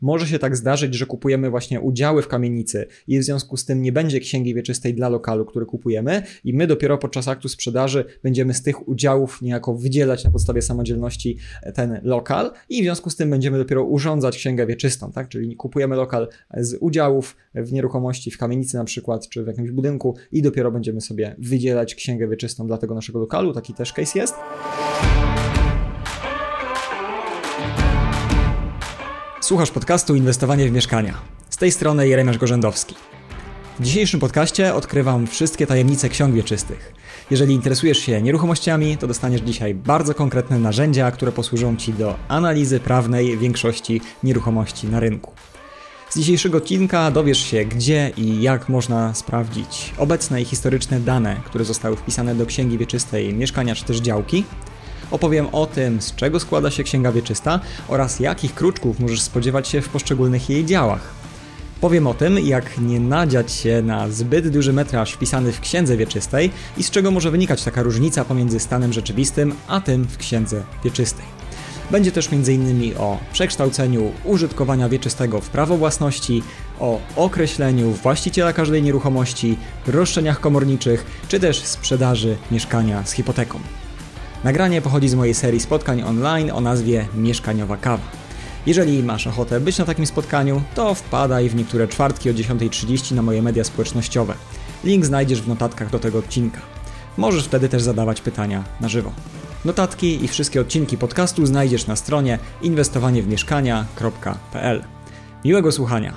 Może się tak zdarzyć, że kupujemy właśnie udziały w kamienicy i w związku z tym nie będzie księgi wieczystej dla lokalu, który kupujemy i my dopiero podczas aktu sprzedaży będziemy z tych udziałów niejako wydzielać na podstawie samodzielności ten lokal i w związku z tym będziemy dopiero urządzać księgę wieczystą, tak? Czyli kupujemy lokal z udziałów w nieruchomości, w kamienicy na przykład, czy w jakimś budynku i dopiero będziemy sobie wydzielać księgę wieczystą dla tego naszego lokalu. Taki też case jest. Słuchasz podcastu Inwestowanie w mieszkania. Z tej strony Jeremiasz Gorzędowski. W dzisiejszym podcaście odkrywam wszystkie tajemnice ksiąg wieczystych. Jeżeli interesujesz się nieruchomościami, to dostaniesz dzisiaj bardzo konkretne narzędzia, które posłużą Ci do analizy prawnej większości nieruchomości na rynku. Z dzisiejszego odcinka dowiesz się, gdzie i jak można sprawdzić obecne i historyczne dane, które zostały wpisane do księgi wieczystej mieszkania czy też działki. Opowiem o tym, z czego składa się księga wieczysta oraz jakich kruczków możesz spodziewać się w poszczególnych jej działach. Powiem o tym, jak nie nadziać się na zbyt duży metraż wpisany w księdze wieczystej i z czego może wynikać taka różnica pomiędzy stanem rzeczywistym a tym w księdze wieczystej. Będzie też m.in. o przekształceniu użytkowania wieczystego w prawo własności, o określeniu właściciela każdej nieruchomości, roszczeniach komorniczych czy też sprzedaży mieszkania z hipoteką. Nagranie pochodzi z mojej serii spotkań online o nazwie Mieszkaniowa Kawa. Jeżeli masz ochotę być na takim spotkaniu, to wpadaj w niektóre czwartki o 10:30 na moje media społecznościowe. Link znajdziesz w notatkach do tego odcinka. Możesz wtedy też zadawać pytania na żywo. Notatki i wszystkie odcinki podcastu znajdziesz na stronie inwestowaniewmieszkania.pl. Miłego słuchania.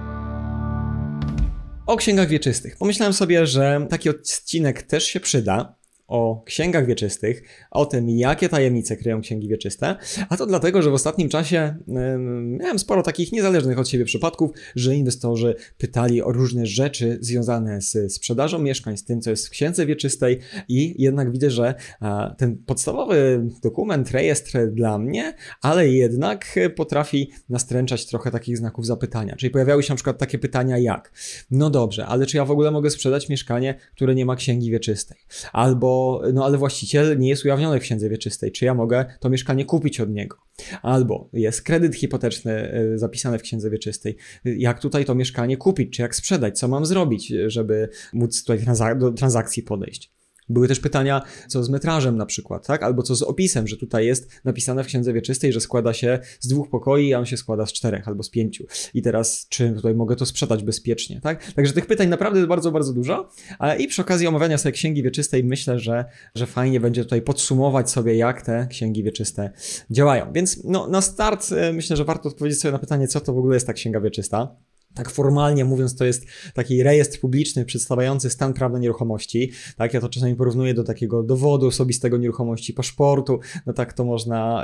O księgach wieczystych. Pomyślałem sobie, że taki odcinek też się przyda. O księgach wieczystych, o tym, jakie tajemnice kryją księgi wieczyste, a to dlatego, że w ostatnim czasie miałem sporo takich niezależnych od siebie przypadków, że inwestorzy pytali o różne rzeczy związane z sprzedażą mieszkań, z tym, co jest w księdze wieczystej i jednak widzę, że ten podstawowy dokument, rejestr dla mnie, ale jednak potrafi nastręczać trochę takich znaków zapytania. Czyli pojawiały się na przykład takie pytania jak: no dobrze, ale czy ja w ogóle mogę sprzedać mieszkanie, które nie ma księgi wieczystej? Albo no ale właściciel nie jest ujawniony w księdze wieczystej, czy ja mogę to mieszkanie kupić od niego? Albo jest kredyt hipoteczny zapisany w księdze wieczystej. Jak tutaj to mieszkanie kupić, czy jak sprzedać? Co mam zrobić, żeby móc tutaj do transakcji podejść? Były też pytania, co z metrażem na przykład, tak? Albo co z opisem, że tutaj jest napisane w księdze wieczystej, że składa się z 2 pokoi, a on się składa z 4 albo z 5. I teraz, czy tutaj mogę to sprzedać bezpiecznie, tak? Także tych pytań naprawdę jest bardzo, bardzo dużo. I przy okazji omawiania sobie księgi wieczystej myślę, że fajnie będzie tutaj podsumować sobie, jak te księgi wieczyste działają. Więc no, na start myślę, że warto odpowiedzieć sobie na pytanie, co to w ogóle jest ta księga wieczysta. Tak formalnie mówiąc, to jest taki rejestr publiczny przedstawiający stan prawny nieruchomości. Tak, ja to czasami porównuję do takiego dowodu osobistego nieruchomości, paszportu. No tak to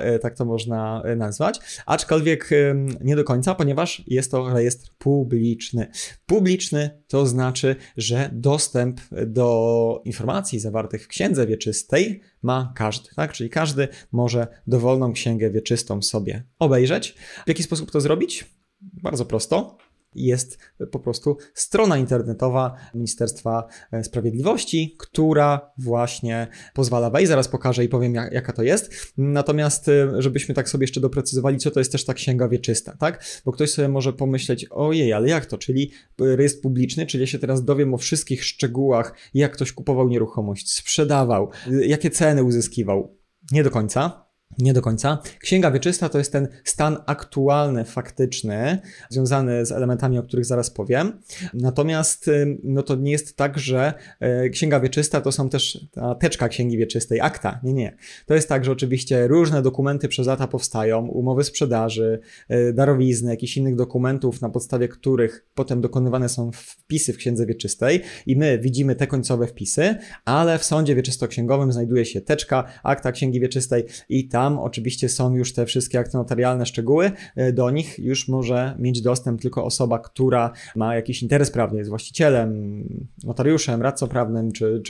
można nazwać. Aczkolwiek nie do końca, ponieważ jest to rejestr publiczny. Publiczny to znaczy, że dostęp do informacji zawartych w księdze wieczystej ma każdy, tak? Czyli każdy może dowolną księgę wieczystą sobie obejrzeć. W jaki sposób to zrobić? Bardzo prosto. Jest po prostu strona internetowa Ministerstwa Sprawiedliwości, która właśnie pozwala wejść. Zaraz pokażę i powiem, jaka to jest. Natomiast, żebyśmy tak sobie jeszcze doprecyzowali, co to jest też ta księga wieczysta, tak? Bo ktoś sobie może pomyśleć, ojej, ale jak to? Czyli rejestr publiczny, czyli ja się teraz dowiem o wszystkich szczegółach, jak ktoś kupował nieruchomość, sprzedawał, jakie ceny uzyskiwał. Nie do końca. Nie do końca. Księga wieczysta to jest ten stan aktualny, faktyczny, związany z elementami, o których zaraz powiem. Natomiast no to nie jest tak, że księga wieczysta to są też ta teczka księgi wieczystej, akta. Nie. To jest tak, że oczywiście różne dokumenty przez lata powstają, umowy sprzedaży, darowizny, jakichś innych dokumentów, na podstawie których potem dokonywane są wpisy w księdze wieczystej i my widzimy te końcowe wpisy, ale w sądzie wieczystoksięgowym znajduje się teczka, akta księgi wieczystej i tam oczywiście są już te wszystkie akty notarialne, szczegóły. Do nich już może mieć dostęp tylko osoba, która ma jakiś interes prawny, jest właścicielem, notariuszem, radcą prawnym, czy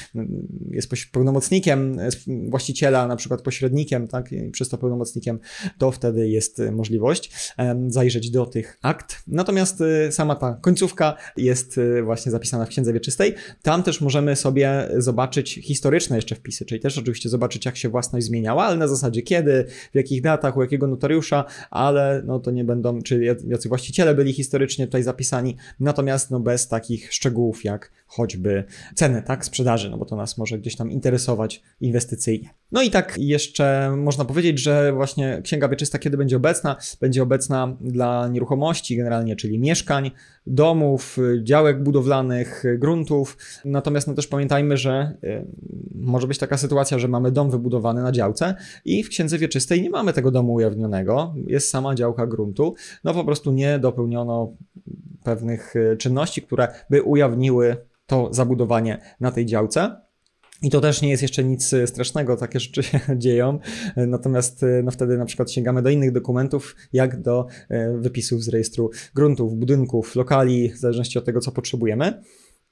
jest pełnomocnikiem właściciela, na przykład pośrednikiem, tak, i przez to pełnomocnikiem, to wtedy jest możliwość zajrzeć do tych akt. Natomiast sama ta końcówka jest właśnie zapisana w księdze wieczystej. Tam też możemy sobie zobaczyć historyczne jeszcze wpisy, czyli też oczywiście zobaczyć, jak się własność zmieniała, ale na zasadzie zasadzie kiedy, w jakich datach, u jakiego notariusza, ale no to nie będą, czy jacy właściciele byli historycznie tutaj zapisani, natomiast no bez takich szczegółów jak choćby ceny, tak, sprzedaży, no bo to nas może gdzieś tam interesować inwestycyjnie. No i tak jeszcze można powiedzieć, że właśnie księga wieczysta kiedy będzie obecna? Będzie obecna dla nieruchomości generalnie, czyli mieszkań, domów, działek budowlanych, gruntów. Natomiast no też pamiętajmy, że może być taka sytuacja, że mamy dom wybudowany na działce i w księdze wieczystej nie mamy tego domu ujawnionego, jest sama działka gruntu, no po prostu nie dopełniono pewnych czynności, które by ujawniły to zabudowanie na tej działce. I to też nie jest jeszcze nic strasznego, takie rzeczy się dzieją, natomiast no wtedy na przykład sięgamy do innych dokumentów, jak do wypisów z rejestru gruntów, budynków, lokali, w zależności od tego, co potrzebujemy.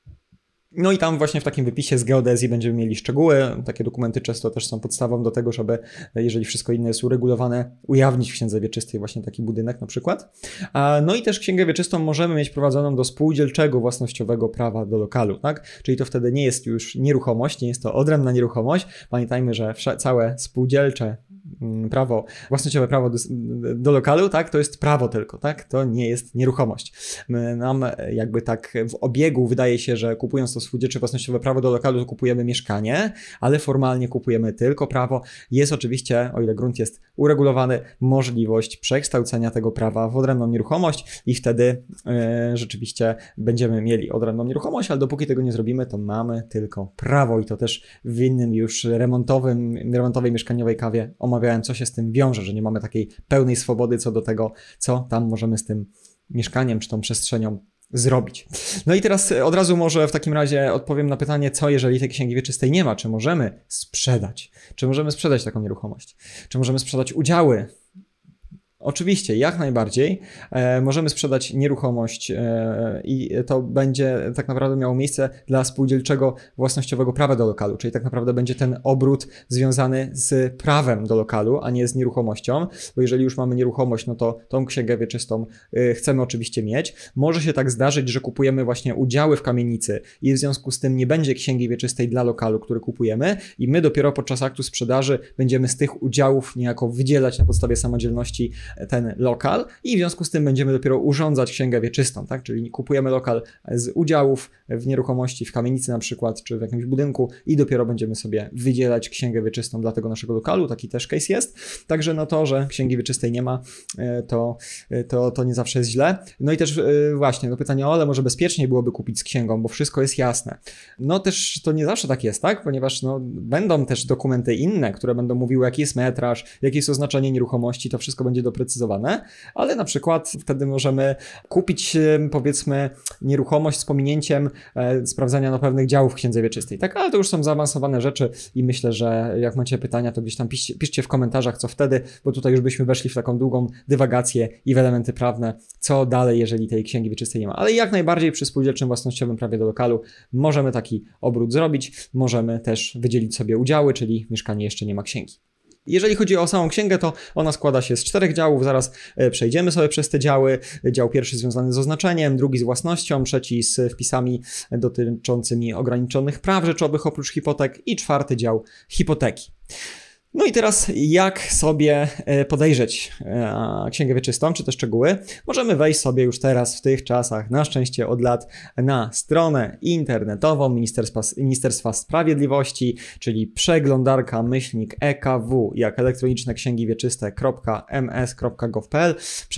No i tam właśnie w takim wypisie z geodezji będziemy mieli szczegóły. Takie dokumenty często też są podstawą do tego, żeby, jeżeli wszystko inne jest uregulowane, ujawnić w księdze wieczystej właśnie taki budynek na przykład. No i też księgę wieczystą możemy mieć prowadzoną do spółdzielczego własnościowego prawa do lokalu, tak? Czyli to wtedy nie jest już nieruchomość, nie jest to odrębna nieruchomość. Pamiętajmy, że całe spółdzielcze prawo, własnościowe prawo do lokalu, tak, to jest prawo tylko, tak, to nie jest nieruchomość. Nam jakby tak w obiegu wydaje się, że kupując to spółdzielcze własnościowe prawo do lokalu, to kupujemy mieszkanie, ale formalnie kupujemy tylko prawo. Jest oczywiście, o ile grunt jest uregulowany, możliwość przekształcenia tego prawa w odrębną nieruchomość i wtedy rzeczywiście będziemy mieli odrębną nieruchomość, ale dopóki tego nie zrobimy, to mamy tylko prawo i to też w innym już remontowej mieszkaniowej kawie omawiałem, co się z tym wiąże, że nie mamy takiej pełnej swobody co do tego, co tam możemy z tym mieszkaniem czy tą przestrzenią zrobić. No i teraz od razu może w takim razie odpowiem na pytanie, co jeżeli tej księgi wieczystej nie ma? Czy możemy sprzedać? Czy możemy sprzedać taką nieruchomość? Czy możemy sprzedać udziały? Oczywiście, jak najbardziej. Możemy sprzedać nieruchomość i to będzie tak naprawdę miało miejsce dla spółdzielczego własnościowego prawa do lokalu, czyli tak naprawdę będzie ten obrót związany z prawem do lokalu, a nie z nieruchomością, bo jeżeli już mamy nieruchomość, no to tą księgę wieczystą chcemy oczywiście mieć. Może się tak zdarzyć, że kupujemy właśnie udziały w kamienicy i w związku z tym nie będzie księgi wieczystej dla lokalu, który kupujemy i my dopiero podczas aktu sprzedaży będziemy z tych udziałów niejako wydzielać na podstawie samodzielności ten lokal i w związku z tym będziemy dopiero urządzać księgę wieczystą, tak? Czyli kupujemy lokal z udziałów w nieruchomości, w kamienicy na przykład, czy w jakimś budynku i dopiero będziemy sobie wydzielać księgę wieczystą dla tego naszego lokalu, taki też case jest. Także no to, że księgi wieczystej nie ma, to nie zawsze jest źle. No i też właśnie, no pytanie, ale może bezpieczniej byłoby kupić z księgą, bo wszystko jest jasne. No też to nie zawsze tak jest, tak? Ponieważ no, będą też dokumenty inne, które będą mówiły, jaki jest metraż, jakie jest oznaczenie nieruchomości, to wszystko będzie doprecyzowane, ale na przykład wtedy możemy kupić, powiedzmy, nieruchomość z pominięciem sprawdzania na pewnych działów w księdze wieczystej, tak? Ale to już są zaawansowane rzeczy i myślę, że jak macie pytania, to gdzieś tam piszcie w komentarzach, co wtedy, bo tutaj już byśmy weszli w taką długą dywagację i w elementy prawne, co dalej, jeżeli tej księgi wieczystej nie ma. Ale jak najbardziej przy spółdzielczym własnościowym prawie do lokalu możemy taki obrót zrobić, możemy też wydzielić sobie udziały, czyli mieszkanie jeszcze nie ma księgi. Jeżeli chodzi o samą księgę, to ona składa się z 4 działów, zaraz przejdziemy sobie przez te działy. Dział pierwszy związany z oznaczeniem, drugi z własnością, trzeci z wpisami dotyczącymi ograniczonych praw rzeczowych oprócz hipotek i 4 dział hipoteki. No i teraz jak sobie podejrzeć księgę wieczystą, czy te szczegóły? Możemy wejść sobie już teraz w tych czasach, na szczęście od lat, na stronę internetową Ministerstwa Sprawiedliwości, czyli przeglądarka-ekw, jak elektroniczne księgi wieczyste.ms.gov.pl,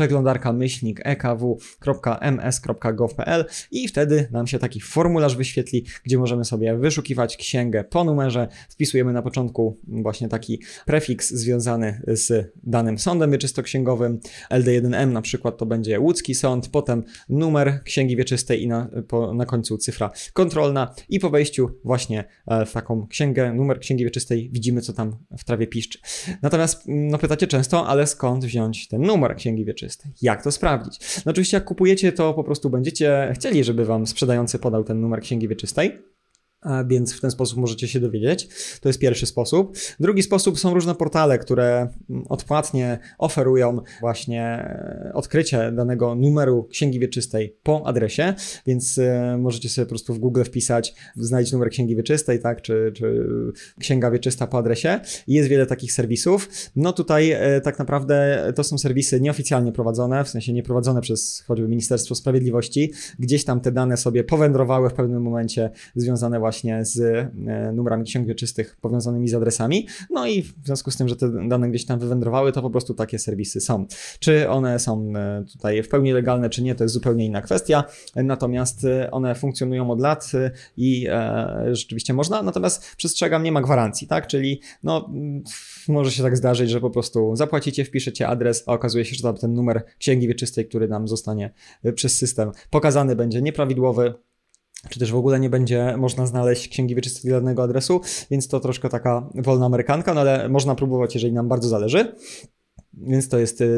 przeglądarka-ekw.ms.gov.pl i wtedy nam się taki formularz wyświetli, gdzie możemy sobie wyszukiwać księgę po numerze. Wpisujemy na początku właśnie taki prefiks związany z danym sądem wieczystoksięgowym. LD1M na przykład to będzie łódzki sąd, potem numer księgi wieczystej i na końcu cyfra kontrolna i po wejściu właśnie w taką księgę, numer księgi wieczystej widzimy, co tam w trawie piszczy. Natomiast no pytacie często, ale skąd wziąć ten numer księgi wieczystej? Jak to sprawdzić? No oczywiście jak kupujecie, to po prostu będziecie chcieli, żeby wam sprzedający podał ten numer księgi wieczystej. Więc w ten sposób możecie się dowiedzieć. To jest pierwszy sposób. Drugi sposób są różne portale, które odpłatnie oferują właśnie odkrycie danego numeru księgi wieczystej po adresie, więc możecie sobie po prostu w Google wpisać, znajdź numer księgi wieczystej, tak, czy księga wieczysta po adresie. I jest wiele takich serwisów. No tutaj tak naprawdę to są serwisy nieoficjalnie prowadzone, w sensie nie prowadzone przez choćby Ministerstwo Sprawiedliwości. Gdzieś tam te dane sobie powędrowały w pewnym momencie związane właśnie z numerami ksiąg wieczystych powiązanymi z adresami. No i w związku z tym, że te dane gdzieś tam wywędrowały, to po prostu takie serwisy są. Czy one są tutaj w pełni legalne, czy nie, to jest zupełnie inna kwestia. Natomiast one funkcjonują od lat i rzeczywiście można, natomiast przestrzegam, nie ma gwarancji, tak? Czyli no, może się tak zdarzyć, że po prostu zapłacicie, wpiszecie adres, a okazuje się, że tam ten numer księgi wieczystej, który nam zostanie przez system pokazany, będzie nieprawidłowy, czy też w ogóle nie będzie można znaleźć księgi wieczystej danego adresu, więc to troszkę taka wolna amerykanka, no ale można próbować, jeżeli nam bardzo zależy. Więc to jest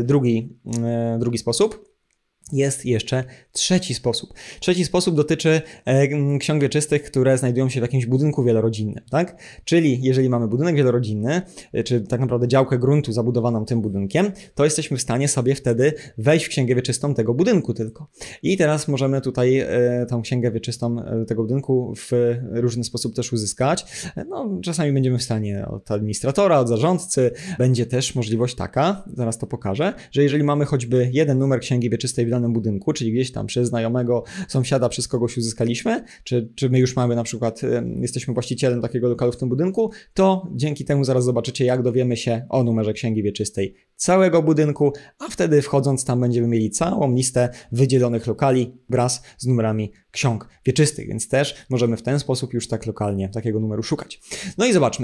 drugi sposób. Jest jeszcze trzeci sposób. Trzeci sposób dotyczy ksiąg wieczystych, które znajdują się w jakimś budynku wielorodzinnym, tak? Czyli jeżeli mamy budynek wielorodzinny, czy tak naprawdę działkę gruntu zabudowaną tym budynkiem, to jesteśmy w stanie sobie wtedy wejść w księgę wieczystą tego budynku tylko. I teraz możemy tutaj tą księgę wieczystą tego budynku w różny sposób też uzyskać. No, czasami będziemy w stanie od administratora, od zarządcy. Będzie też możliwość taka, zaraz to pokażę, że jeżeli mamy choćby jeden numer księgi wieczystej w danym budynku, czyli gdzieś tam przez znajomego sąsiada, przez kogoś uzyskaliśmy, czy my już mamy na przykład, jesteśmy właścicielem takiego lokalu w tym budynku, to dzięki temu zaraz zobaczycie, jak dowiemy się o numerze księgi wieczystej całego budynku, a wtedy wchodząc tam będziemy mieli całą listę wydzielonych lokali wraz z numerami ksiąg wieczystych, więc też możemy w ten sposób już tak lokalnie takiego numeru szukać. No i zobaczmy,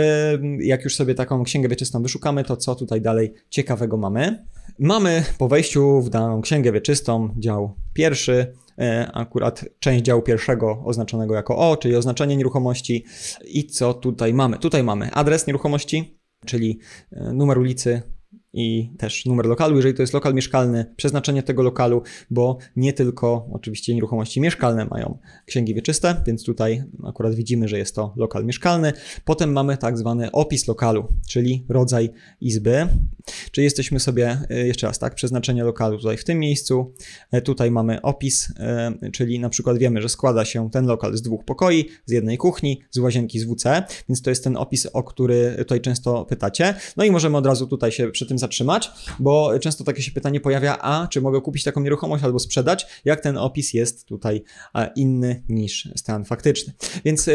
jak już sobie taką księgę wieczystą wyszukamy, to co tutaj dalej ciekawego mamy. Mamy po wejściu w daną księgę wieczystą dział pierwszy, akurat część działu pierwszego oznaczonego jako O, czyli oznaczenie nieruchomości. I co tutaj mamy? Tutaj mamy adres nieruchomości, czyli numer ulicy i też numer lokalu, jeżeli to jest lokal mieszkalny, przeznaczenie tego lokalu, bo nie tylko oczywiście nieruchomości mieszkalne mają księgi wieczyste, więc tutaj akurat widzimy, że jest to lokal mieszkalny. Potem mamy tak zwany opis lokalu, czyli rodzaj izby, czyli jesteśmy sobie, jeszcze raz tak, przeznaczenie lokalu tutaj w tym miejscu, tutaj mamy opis, czyli na przykład wiemy, że składa się ten lokal z 2 pokoi, z jednej kuchni, z łazienki z WC, więc to jest ten opis, o który tutaj często pytacie. No i możemy od razu tutaj się przy tym zatrzymać, bo często takie się pytanie pojawia, a czy mogę kupić taką nieruchomość albo sprzedać, jak ten opis jest tutaj inny niż stan faktyczny. Więc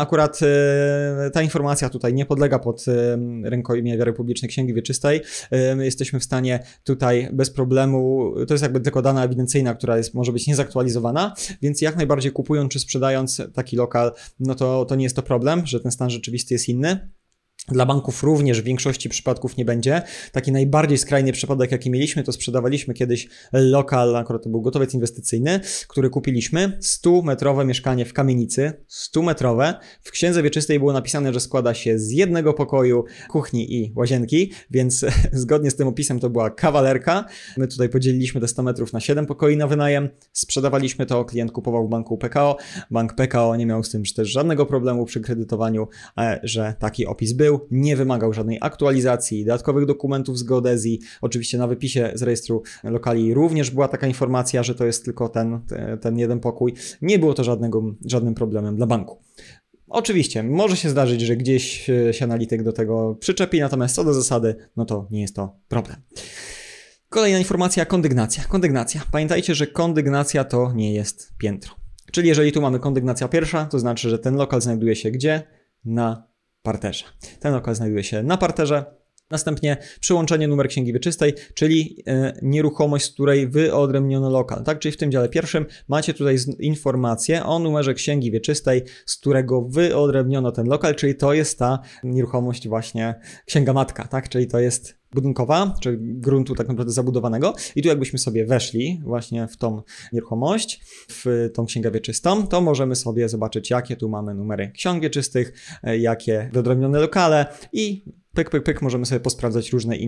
ta informacja tutaj nie podlega pod rękojmię wiary publicznej księgi wieczystej. Jesteśmy w stanie tutaj bez problemu, to jest jakby tylko dana ewidencyjna, która może być niezaktualizowana, więc jak najbardziej kupując czy sprzedając taki lokal, no to nie jest to problem, że ten stan rzeczywisty jest inny. Dla banków również w większości przypadków nie będzie. Taki najbardziej skrajny przypadek, jaki mieliśmy, to sprzedawaliśmy kiedyś lokal, akurat to był gotowiec inwestycyjny, który kupiliśmy, 100-metrowe mieszkanie w kamienicy, 100-metrowe. W księdze wieczystej było napisane, że składa się z jednego pokoju, kuchni i łazienki, więc zgodnie z tym opisem to była kawalerka. My tutaj podzieliliśmy te 100 metrów na 7 pokoi na wynajem, sprzedawaliśmy to, klient kupował w banku PKO. Bank PKO nie miał z tym też żadnego problemu przy kredytowaniu, że taki opis był. Nie wymagał żadnej aktualizacji, dodatkowych dokumentów z geodezji. Oczywiście na wypisie z rejestru lokali również była taka informacja, że to jest tylko ten jeden pokój. Nie było to żadnym problemem dla banku. Oczywiście, może się zdarzyć, że gdzieś się analityk do tego przyczepi, natomiast co do zasady, no to nie jest to problem. Kolejna informacja, kondygnacja. Pamiętajcie, że kondygnacja to nie jest piętro. Czyli jeżeli tu mamy kondygnacja pierwsza, to znaczy, że ten lokal znajduje się gdzie? Na parterze. Ten lokal znajduje się na parterze. Następnie przyłączenie numer księgi wieczystej, czyli nieruchomość, z której wyodrębniono lokal. Tak? Czyli w tym dziale pierwszym macie tutaj informację o numerze księgi wieczystej, z którego wyodrębniono ten lokal, czyli to jest ta nieruchomość właśnie księga matka, tak? Czyli to jest budynkowa, czy gruntu tak naprawdę zabudowanego. I tu jakbyśmy sobie weszli właśnie w tą nieruchomość, w tą księgę wieczystą, to możemy sobie zobaczyć, jakie tu mamy numery ksiąg wieczystych, jakie wyodrębnione lokale i pyk, możemy sobie posprawdzać różne inne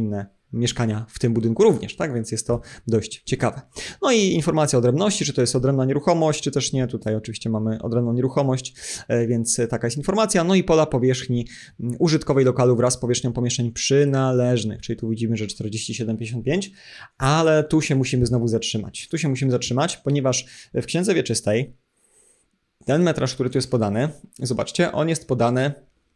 mieszkania w tym budynku również, tak? Więc jest to dość ciekawe. No i informacja o odrębności, czy to jest odrębna nieruchomość, czy też nie. Tutaj oczywiście mamy odrębną nieruchomość, więc taka jest informacja. No i pola powierzchni użytkowej lokalu wraz z powierzchnią pomieszczeń przynależnych, czyli tu widzimy, że 47,55, ale tu się musimy znowu zatrzymać. Tu się musimy zatrzymać, ponieważ w księdze wieczystej ten metraż, który tu jest podany, zobaczcie, on jest podany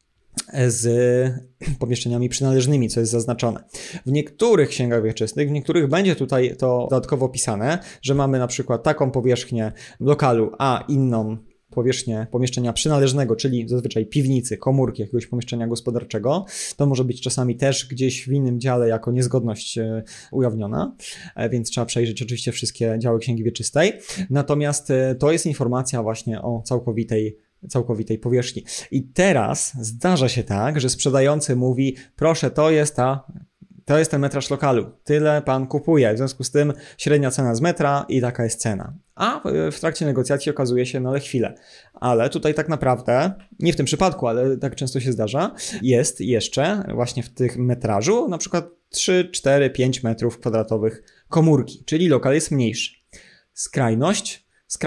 z pomieszczeniami przynależnymi, co jest zaznaczone. W niektórych księgach wieczystych, w niektórych będzie tutaj to dodatkowo opisane, że mamy na przykład taką powierzchnię lokalu, a inną powierzchnię pomieszczenia przynależnego, czyli zazwyczaj piwnicy, komórki, jakiegoś pomieszczenia gospodarczego. To może być czasami też gdzieś w innym dziale jako niezgodność ujawniona, więc trzeba przejrzeć oczywiście wszystkie działy księgi wieczystej. Natomiast to jest informacja właśnie o całkowitej powierzchni. I teraz zdarza się tak, że sprzedający mówi, proszę, to jest ten metraż lokalu, tyle pan kupuje, w związku z tym średnia cena z metra i taka jest cena. A w trakcie negocjacji okazuje się, no ale chwilę, ale tutaj tak naprawdę, nie w tym przypadku, ale tak często się zdarza, jest jeszcze właśnie w tym metrażu na przykład 3, 4, 5 metrów kwadratowych komórki, czyli lokal jest mniejszy. Skrajność,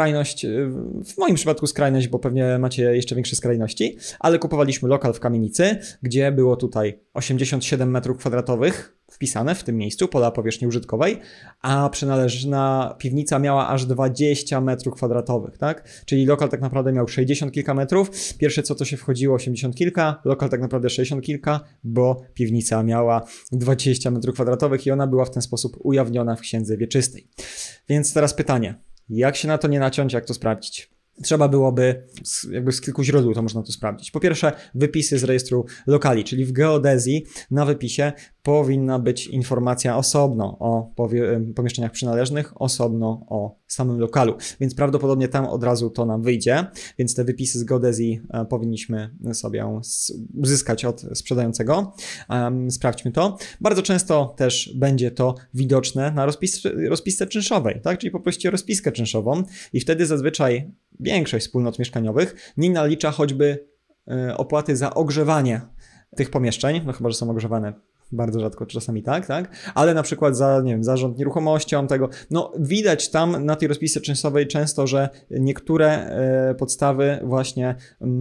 w moim przypadku skrajność, bo pewnie macie jeszcze większe skrajności, ale kupowaliśmy lokal w kamienicy, gdzie było tutaj 87 metrów kwadratowych wpisane w tym miejscu, pola powierzchni użytkowej, a przynależna piwnica miała aż 20 metrów kwadratowych, tak? Czyli lokal tak naprawdę miał 60 kilka metrów, pierwsze co to się wchodziło 80 kilka, lokal tak naprawdę 60 kilka, bo piwnica miała 20 metrów kwadratowych i ona była w ten sposób ujawniona w księdze wieczystej. Więc teraz pytanie, jak się na to nie naciąć, jak to sprawdzić? Trzeba byłoby z kilku źródeł to można to sprawdzić. Po pierwsze, wypisy z rejestru lokali, czyli w geodezji na wypisie powinna być informacja osobno o pomieszczeniach przynależnych, osobno o samym lokalu, więc prawdopodobnie tam od razu to nam wyjdzie, więc te wypisy z geodezji powinniśmy sobie uzyskać od sprzedającego. Sprawdźmy to. Bardzo często też będzie to widoczne na rozpisce czynszowej, tak? Czyli poproście rozpiskę czynszową i wtedy zazwyczaj większość wspólnot mieszkaniowych nie nalicza choćby opłaty za ogrzewanie tych pomieszczeń, no chyba, że są ogrzewane bardzo rzadko, czasami tak, ale na przykład za, nie wiem, zarząd nieruchomością tego, no widać tam na tej rozpisce czynszowej często, że niektóre podstawy właśnie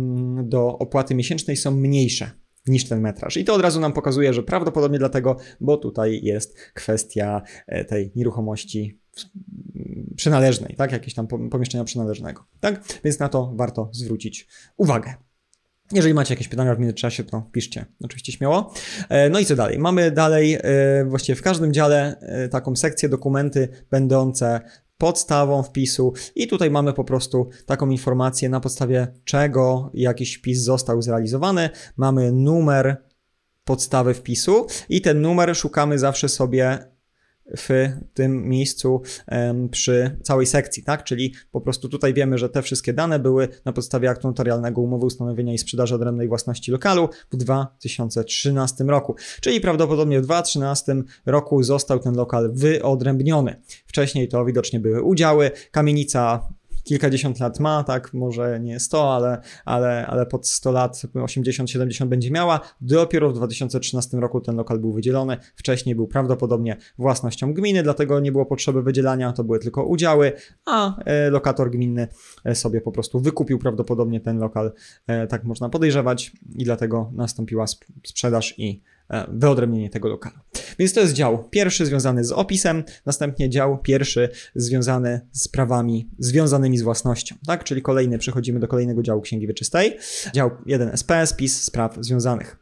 do opłaty miesięcznej są mniejsze niż ten metraż. I to od razu nam pokazuje, że prawdopodobnie dlatego, bo tutaj jest kwestia tej nieruchomości przynależnej, tak, jakieś tam pomieszczenia przynależnego, tak, więc na to warto zwrócić uwagę. Jeżeli macie jakieś pytania w międzyczasie, to piszcie, oczywiście śmiało. No i co dalej? Mamy dalej właściwie w każdym dziale taką sekcję dokumenty będące podstawą wpisu i tutaj mamy po prostu taką informację, na podstawie czego jakiś wpis został zrealizowany. Mamy numer podstawy wpisu i ten numer szukamy zawsze sobie w tym miejscu przy całej sekcji, tak? Czyli po prostu tutaj wiemy, że te wszystkie dane były na podstawie aktu notarialnego umowy ustanowienia i sprzedaży odrębnej własności lokalu w 2013 roku. Czyli prawdopodobnie w 2013 roku został ten lokal wyodrębniony. Wcześniej to widocznie były udziały, kamienica kilkadziesiąt lat ma, tak, może nie 100, ale pod 100 lat, 80-70 będzie miała. Dopiero w 2013 roku ten lokal był wydzielony. Wcześniej był prawdopodobnie własnością gminy, dlatego nie było potrzeby wydzielania, to były tylko udziały, a lokator gminny sobie po prostu wykupił prawdopodobnie ten lokal, tak można podejrzewać i dlatego nastąpiła sprzedaż i wyodrębnienie tego lokalu. Więc to jest dział pierwszy związany z opisem, następnie dział pierwszy związany z prawami związanymi z własnością, tak? Czyli przechodzimy do kolejnego działu księgi wieczystej. Dział 1 SP, spis praw związanych.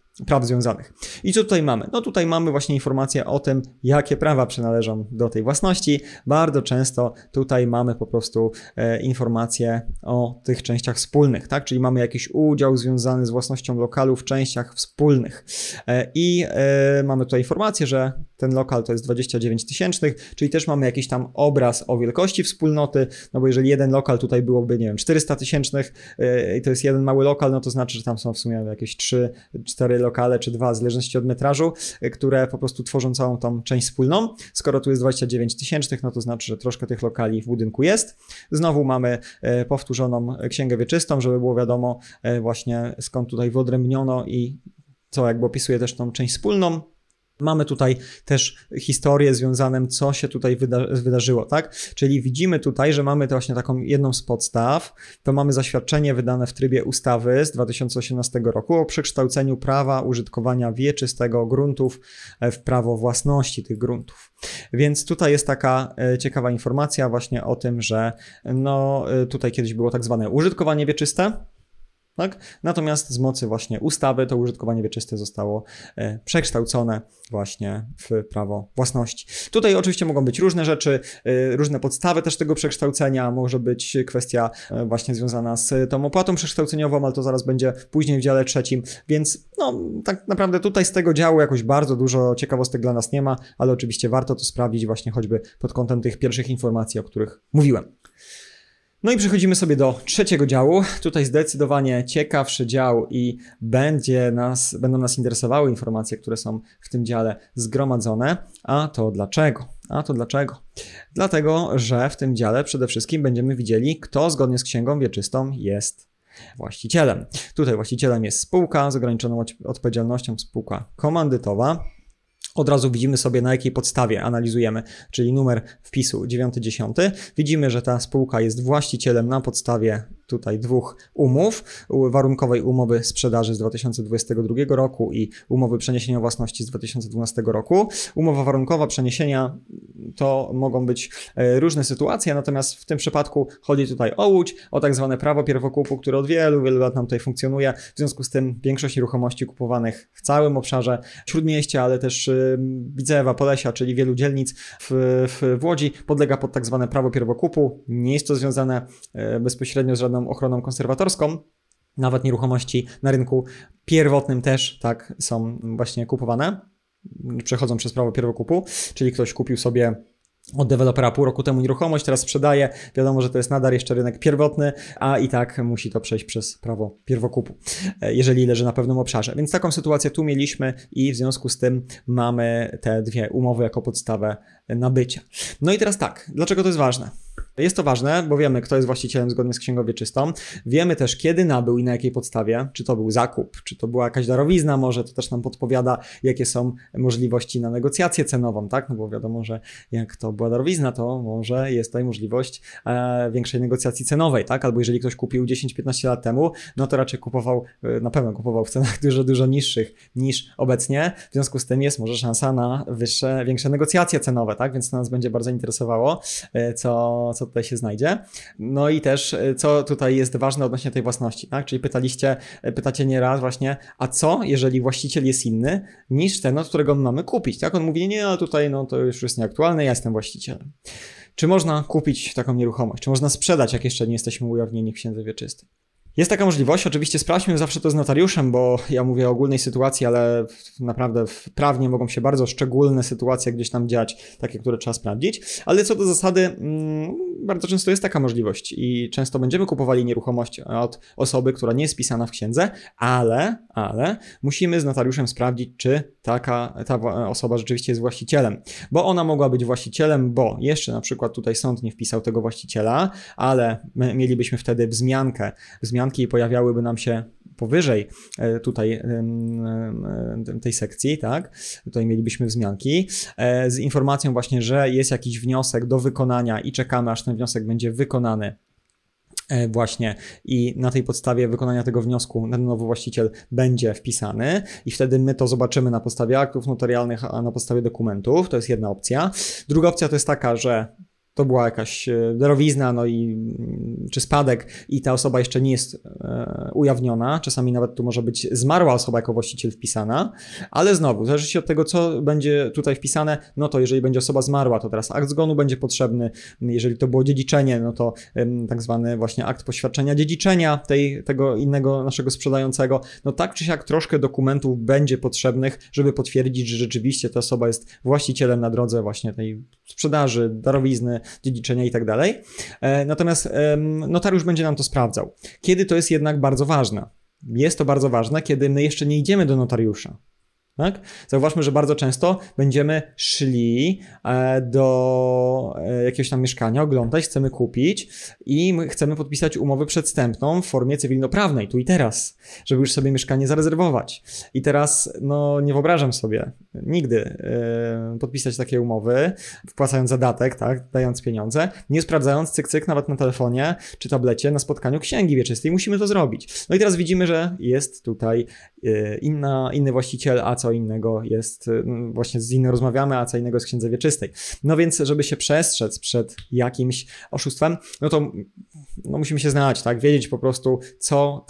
I co tutaj mamy? No tutaj mamy właśnie informację o tym, jakie prawa przynależą do tej własności. Bardzo często tutaj mamy po prostu informacje o tych częściach wspólnych, tak? Czyli mamy jakiś udział związany z własnością lokalu w częściach wspólnych. I mamy tutaj informację, że ten lokal to jest 29 tysięcznych, czyli też mamy jakiś tam obraz o wielkości wspólnoty, no bo jeżeli jeden lokal tutaj byłoby, nie wiem, 400 tysięcznych i to jest jeden mały lokal, no to znaczy, że tam są w sumie jakieś 3-4 lokale czy 2, w zależności od metrażu, które po prostu tworzą całą tą część wspólną. Skoro tu jest 29 tysięcznych, no to znaczy, że troszkę tych lokali w budynku jest. Znowu mamy powtórzoną księgę wieczystą, żeby było wiadomo właśnie skąd tutaj wyodrębniono i co jakby opisuje też tą część wspólną. Mamy tutaj też historię związaną, co się tutaj wydarzyło, tak? Czyli widzimy tutaj, że mamy to właśnie taką jedną z podstaw, to mamy zaświadczenie wydane w trybie ustawy z 2018 roku o przekształceniu prawa użytkowania wieczystego gruntów w prawo własności tych gruntów. Więc tutaj jest taka ciekawa informacja właśnie o tym, że no tutaj kiedyś było tak zwane użytkowanie wieczyste, tak? Natomiast z mocy właśnie ustawy to użytkowanie wieczyste zostało przekształcone właśnie w prawo własności. Tutaj oczywiście mogą być różne rzeczy, różne podstawy też tego przekształcenia, może być kwestia właśnie związana z tą opłatą przekształceniową, ale to zaraz będzie później w dziale trzecim, więc no tak naprawdę tutaj z tego działu jakoś bardzo dużo ciekawostek dla nas nie ma, ale oczywiście warto to sprawdzić właśnie choćby pod kątem tych pierwszych informacji, o których mówiłem. No i przechodzimy sobie do trzeciego działu. Tutaj zdecydowanie ciekawszy dział i będą nas interesowały informacje, które są w tym dziale zgromadzone. A to dlaczego? Dlatego, że w tym dziale przede wszystkim będziemy widzieli, kto zgodnie z księgą wieczystą jest właścicielem. Tutaj właścicielem jest spółka z ograniczoną odpowiedzialnością, spółka komandytowa. Od razu widzimy sobie, na jakiej podstawie analizujemy, czyli numer wpisu 910. Widzimy, że ta spółka jest właścicielem na podstawie tutaj dwóch umów, warunkowej umowy sprzedaży z 2022 roku i umowy przeniesienia własności z 2012 roku. Umowa warunkowa przeniesienia to mogą być różne sytuacje, natomiast w tym przypadku chodzi tutaj o Łódź, o tak zwane prawo pierwokupu, które od wielu lat nam tutaj funkcjonuje. W związku z tym większość nieruchomości kupowanych w całym obszarze Śródmieścia, ale też Widzewa, Polesia, czyli wielu dzielnic w Łodzi podlega pod tak zwane prawo pierwokupu. Nie jest to związane bezpośrednio z żadną ochroną konserwatorską. Nawet nieruchomości na rynku pierwotnym też tak są właśnie kupowane. Przechodzą przez prawo pierwokupu, czyli ktoś kupił sobie od dewelopera pół roku temu nieruchomość, teraz sprzedaje. Wiadomo, że to jest nadal jeszcze rynek pierwotny, a i tak musi to przejść przez prawo pierwokupu, jeżeli leży na pewnym obszarze. Więc taką sytuację tu mieliśmy i w związku z tym mamy te dwie umowy jako podstawę nabycia. No i teraz tak, dlaczego to jest ważne? Jest to ważne, bo wiemy, kto jest właścicielem zgodnie z księgą wieczystą. Wiemy też, kiedy nabył i na jakiej podstawie. Czy to był zakup, czy to była jakaś darowizna, może to też nam podpowiada, jakie są możliwości na negocjację cenową, tak? No bo wiadomo, że jak to była darowizna, to może jest tutaj możliwość większej negocjacji cenowej, tak? Albo jeżeli ktoś kupił 10-15 lat temu, no to raczej na pewno kupował w cenach dużo niższych niż obecnie. W związku z tym jest może szansa na większe negocjacje cenowe, tak? Więc to nas będzie bardzo interesowało, co tutaj się znajdzie. No i też, co tutaj jest ważne odnośnie tej własności, tak? Czyli pytacie nieraz właśnie, a co, jeżeli właściciel jest inny niż ten, od którego mamy kupić, tak? On mówi, nie, ale tutaj no to już jest nieaktualne, ja jestem właścicielem. Czy można kupić taką nieruchomość? Czy można sprzedać, jak jeszcze nie jesteśmy ujawnieni w księdze wieczystej? Jest taka możliwość, oczywiście sprawdźmy zawsze to z notariuszem, bo ja mówię o ogólnej sytuacji, ale naprawdę prawnie mogą się bardzo szczególne sytuacje gdzieś tam dziać, takie, które trzeba sprawdzić, ale co do zasady bardzo często jest taka możliwość i często będziemy kupowali nieruchomość od osoby, która nie jest wpisana w księdze, ale musimy z notariuszem sprawdzić, czy ta osoba rzeczywiście jest właścicielem, bo ona mogła być właścicielem, bo jeszcze na przykład tutaj sąd nie wpisał tego właściciela, ale mielibyśmy wtedy wzmianki i pojawiałyby nam się powyżej tutaj tej sekcji, tak? Tutaj mielibyśmy wzmianki z informacją właśnie, że jest jakiś wniosek do wykonania i czekamy, aż ten wniosek będzie wykonany właśnie i na tej podstawie wykonania tego wniosku ten nowy właściciel będzie wpisany i wtedy my to zobaczymy na podstawie aktów notarialnych, a na podstawie dokumentów. To jest jedna opcja. Druga opcja to jest taka, że to była jakaś darowizna, czy spadek i ta osoba jeszcze nie jest ujawniona. Czasami nawet tu może być zmarła osoba jako właściciel wpisana, ale znowu, zależy się od tego, co będzie tutaj wpisane, no to jeżeli będzie osoba zmarła, to teraz akt zgonu będzie potrzebny. Jeżeli to było dziedziczenie, no to tak zwany właśnie akt poświadczenia dziedziczenia tego innego naszego sprzedającego. No tak czy siak troszkę dokumentów będzie potrzebnych, żeby potwierdzić, że rzeczywiście ta osoba jest właścicielem na drodze właśnie tej sprzedaży, darowizny, dziedziczenia i tak dalej. Natomiast notariusz będzie nam to sprawdzał. Kiedy to jest jednak bardzo ważne? Jest to bardzo ważne, kiedy my jeszcze nie idziemy do notariusza. Tak? Zauważmy, że bardzo często będziemy szli do jakiegoś tam mieszkania, oglądać, chcemy kupić i my chcemy podpisać umowę przedwstępną w formie cywilnoprawnej, tu i teraz, żeby już sobie mieszkanie zarezerwować. I teraz, no nie wyobrażam sobie nigdy podpisać takiej umowy, wpłacając zadatek, tak, dając pieniądze, nie sprawdzając cyk nawet na telefonie czy tablecie na spotkaniu księgi wieczystej. Musimy to zrobić. No i teraz widzimy, że jest tutaj inny właściciel, a co innego jest, właśnie z innym rozmawiamy, a co innego jest w księdze wieczystej. No więc, żeby się przestrzec przed jakimś oszustwem, no to musimy się znać, tak, wiedzieć po prostu, co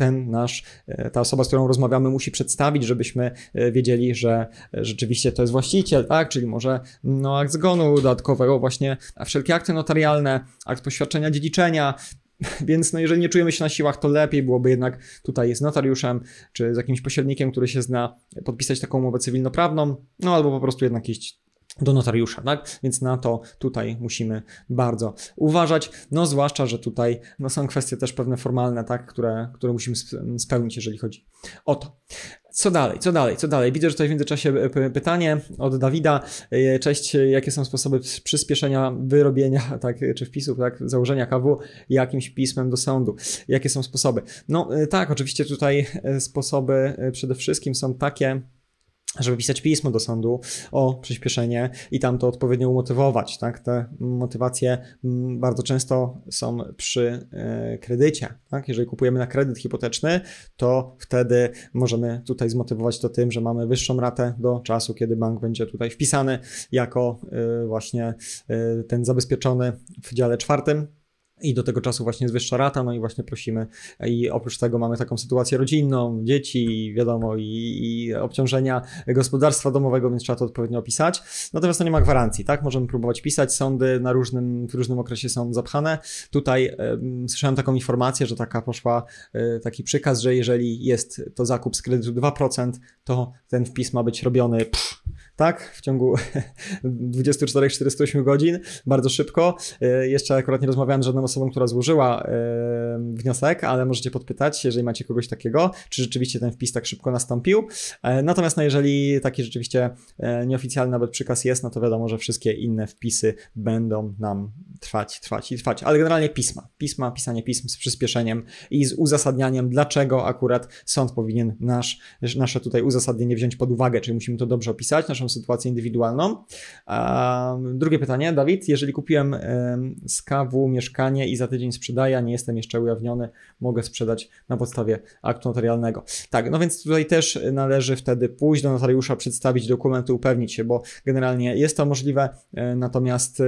ta osoba, z którą rozmawiamy, musi przedstawić, żebyśmy wiedzieli, że rzeczywiście to jest właściciel, tak, czyli może akt zgonu dodatkowego, właśnie wszelkie akty notarialne, akt poświadczenia dziedziczenia. Więc jeżeli nie czujemy się na siłach, to lepiej byłoby jednak tutaj z notariuszem, czy z jakimś pośrednikiem, który się zna, podpisać taką umowę cywilnoprawną, albo po prostu jednak iść do notariusza, tak? Więc na to tutaj musimy bardzo uważać, zwłaszcza, że tutaj są kwestie też pewne formalne, tak? które musimy spełnić, jeżeli chodzi o to. Co dalej? Widzę, że tutaj w międzyczasie pytanie od Dawida. Cześć, jakie są sposoby przyspieszenia wyrobienia, tak, czy wpisów, tak, założenia KW jakimś pismem do sądu? Jakie są sposoby? Tak, oczywiście tutaj sposoby przede wszystkim są takie, żeby pisać pismo do sądu o przyspieszenie i tam to odpowiednio umotywować, tak? Te motywacje bardzo często są przy kredycie, tak? Jeżeli kupujemy na kredyt hipoteczny, to wtedy możemy tutaj zmotywować to tym, że mamy wyższą ratę do czasu, kiedy bank będzie tutaj wpisany jako właśnie ten zabezpieczony w dziale 4. I do tego czasu właśnie jest wyższa rata, i właśnie prosimy. I oprócz tego mamy taką sytuację rodzinną, dzieci, wiadomo, i obciążenia gospodarstwa domowego, więc trzeba to odpowiednio opisać. Natomiast to nie ma gwarancji, tak? Możemy próbować pisać, sądy w różnym okresie są zapchane. Tutaj słyszałem taką informację, że poszła taki przykaz, że jeżeli jest to zakup z kredytu 2%, to ten wpis ma być robiony tak, w ciągu 24-48 godzin, bardzo szybko. Jeszcze akurat nie rozmawiałem z żadną osobą, która złożyła wniosek, ale możecie podpytać, jeżeli macie kogoś takiego, czy rzeczywiście ten wpis tak szybko nastąpił. Natomiast jeżeli taki rzeczywiście nieoficjalny nawet przykaz jest, to wiadomo, że wszystkie inne wpisy będą nam trwać. Ale generalnie pisanie pism z przyspieszeniem i z uzasadnianiem, dlaczego akurat sąd powinien nasze tutaj uzasadnienie wziąć pod uwagę, czyli musimy to dobrze opisać, naszą sytuację indywidualną. Drugie pytanie, Dawid, jeżeli kupiłem z KW mieszkanie i za tydzień sprzedaję, a nie jestem jeszcze ujawniony, mogę sprzedać na podstawie aktu notarialnego. Tak, więc tutaj też należy wtedy pójść do notariusza, przedstawić dokumenty, upewnić się, bo generalnie jest to możliwe, natomiast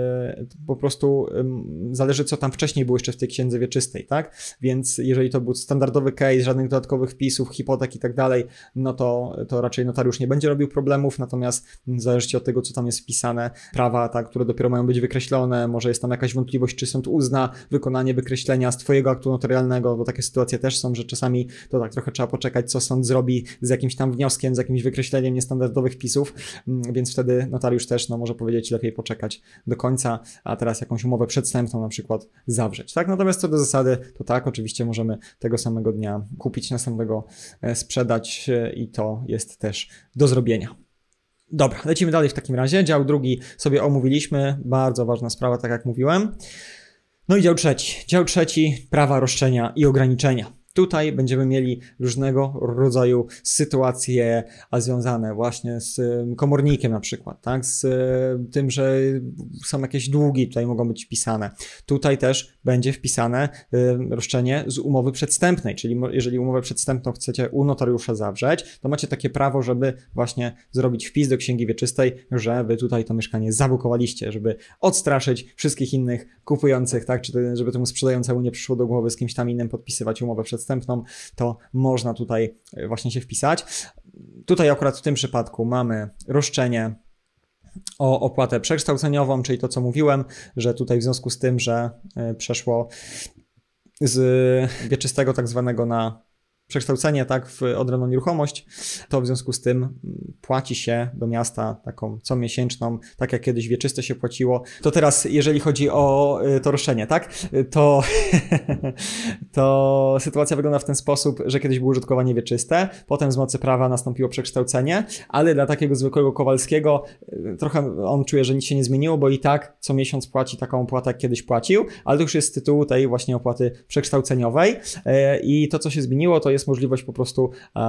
po prostu zależy, co tam wcześniej było jeszcze w tej księdze wieczystej, tak? Więc jeżeli to był standardowy case, żadnych dodatkowych wpisów, hipotek i tak dalej, to raczej notariusz nie będzie robił problemów, natomiast zależy od tego, co tam jest wpisane, prawa, tak, które dopiero mają być wykreślone, może jest tam jakaś wątpliwość, czy sąd uzna wykonanie wykreślenia z twojego aktu notarialnego, bo takie sytuacje też są, że czasami to tak trochę trzeba poczekać, co sąd zrobi z jakimś tam wnioskiem, z jakimś wykreśleniem niestandardowych wpisów, więc wtedy notariusz też może powiedzieć, lepiej poczekać do końca, a teraz jakąś umowę przedwstępną na przykład zawrzeć, tak? Natomiast co do zasady, to tak, oczywiście możemy tego samego dnia kupić, następnego sprzedać i to jest też do zrobienia. Dobra, lecimy dalej w takim razie. Dział drugi sobie omówiliśmy, bardzo ważna sprawa, tak jak mówiłem. I dział trzeci. Dział trzeci, prawa, roszczenia i ograniczenia. Tutaj będziemy mieli różnego rodzaju sytuacje związane właśnie z komornikiem na przykład, tak? Z tym, że są jakieś długi tutaj mogą być wpisane. Tutaj też będzie wpisane roszczenie z umowy przedwstępnej, czyli jeżeli umowę przedwstępną chcecie u notariusza zawrzeć, to macie takie prawo, żeby właśnie zrobić wpis do księgi wieczystej, że wy tutaj to mieszkanie zabukowaliście, żeby odstraszyć wszystkich innych kupujących, tak? Czy żeby temu sprzedającemu nie przyszło do głowy z kimś tam innym podpisywać umowę przedwstępną, to można tutaj właśnie się wpisać. Tutaj akurat w tym przypadku mamy roszczenie o opłatę przekształceniową, czyli to, co mówiłem, że tutaj w związku z tym, że przeszło z wieczystego tak zwanego na przekształcenie, tak, w odrębną nieruchomość, to w związku z tym płaci się do miasta taką comiesięczną, tak jak kiedyś wieczyste się płaciło. To teraz, jeżeli chodzi o to roszczenie, tak, to sytuacja wygląda w ten sposób, że kiedyś było użytkowanie wieczyste, potem z mocy prawa nastąpiło przekształcenie, ale dla takiego zwykłego Kowalskiego trochę on czuje, że nic się nie zmieniło, bo i tak co miesiąc płaci taką opłatę, jak kiedyś płacił, ale to już jest z tytułu tej właśnie opłaty przekształceniowej i to, co się zmieniło, to jest możliwość po prostu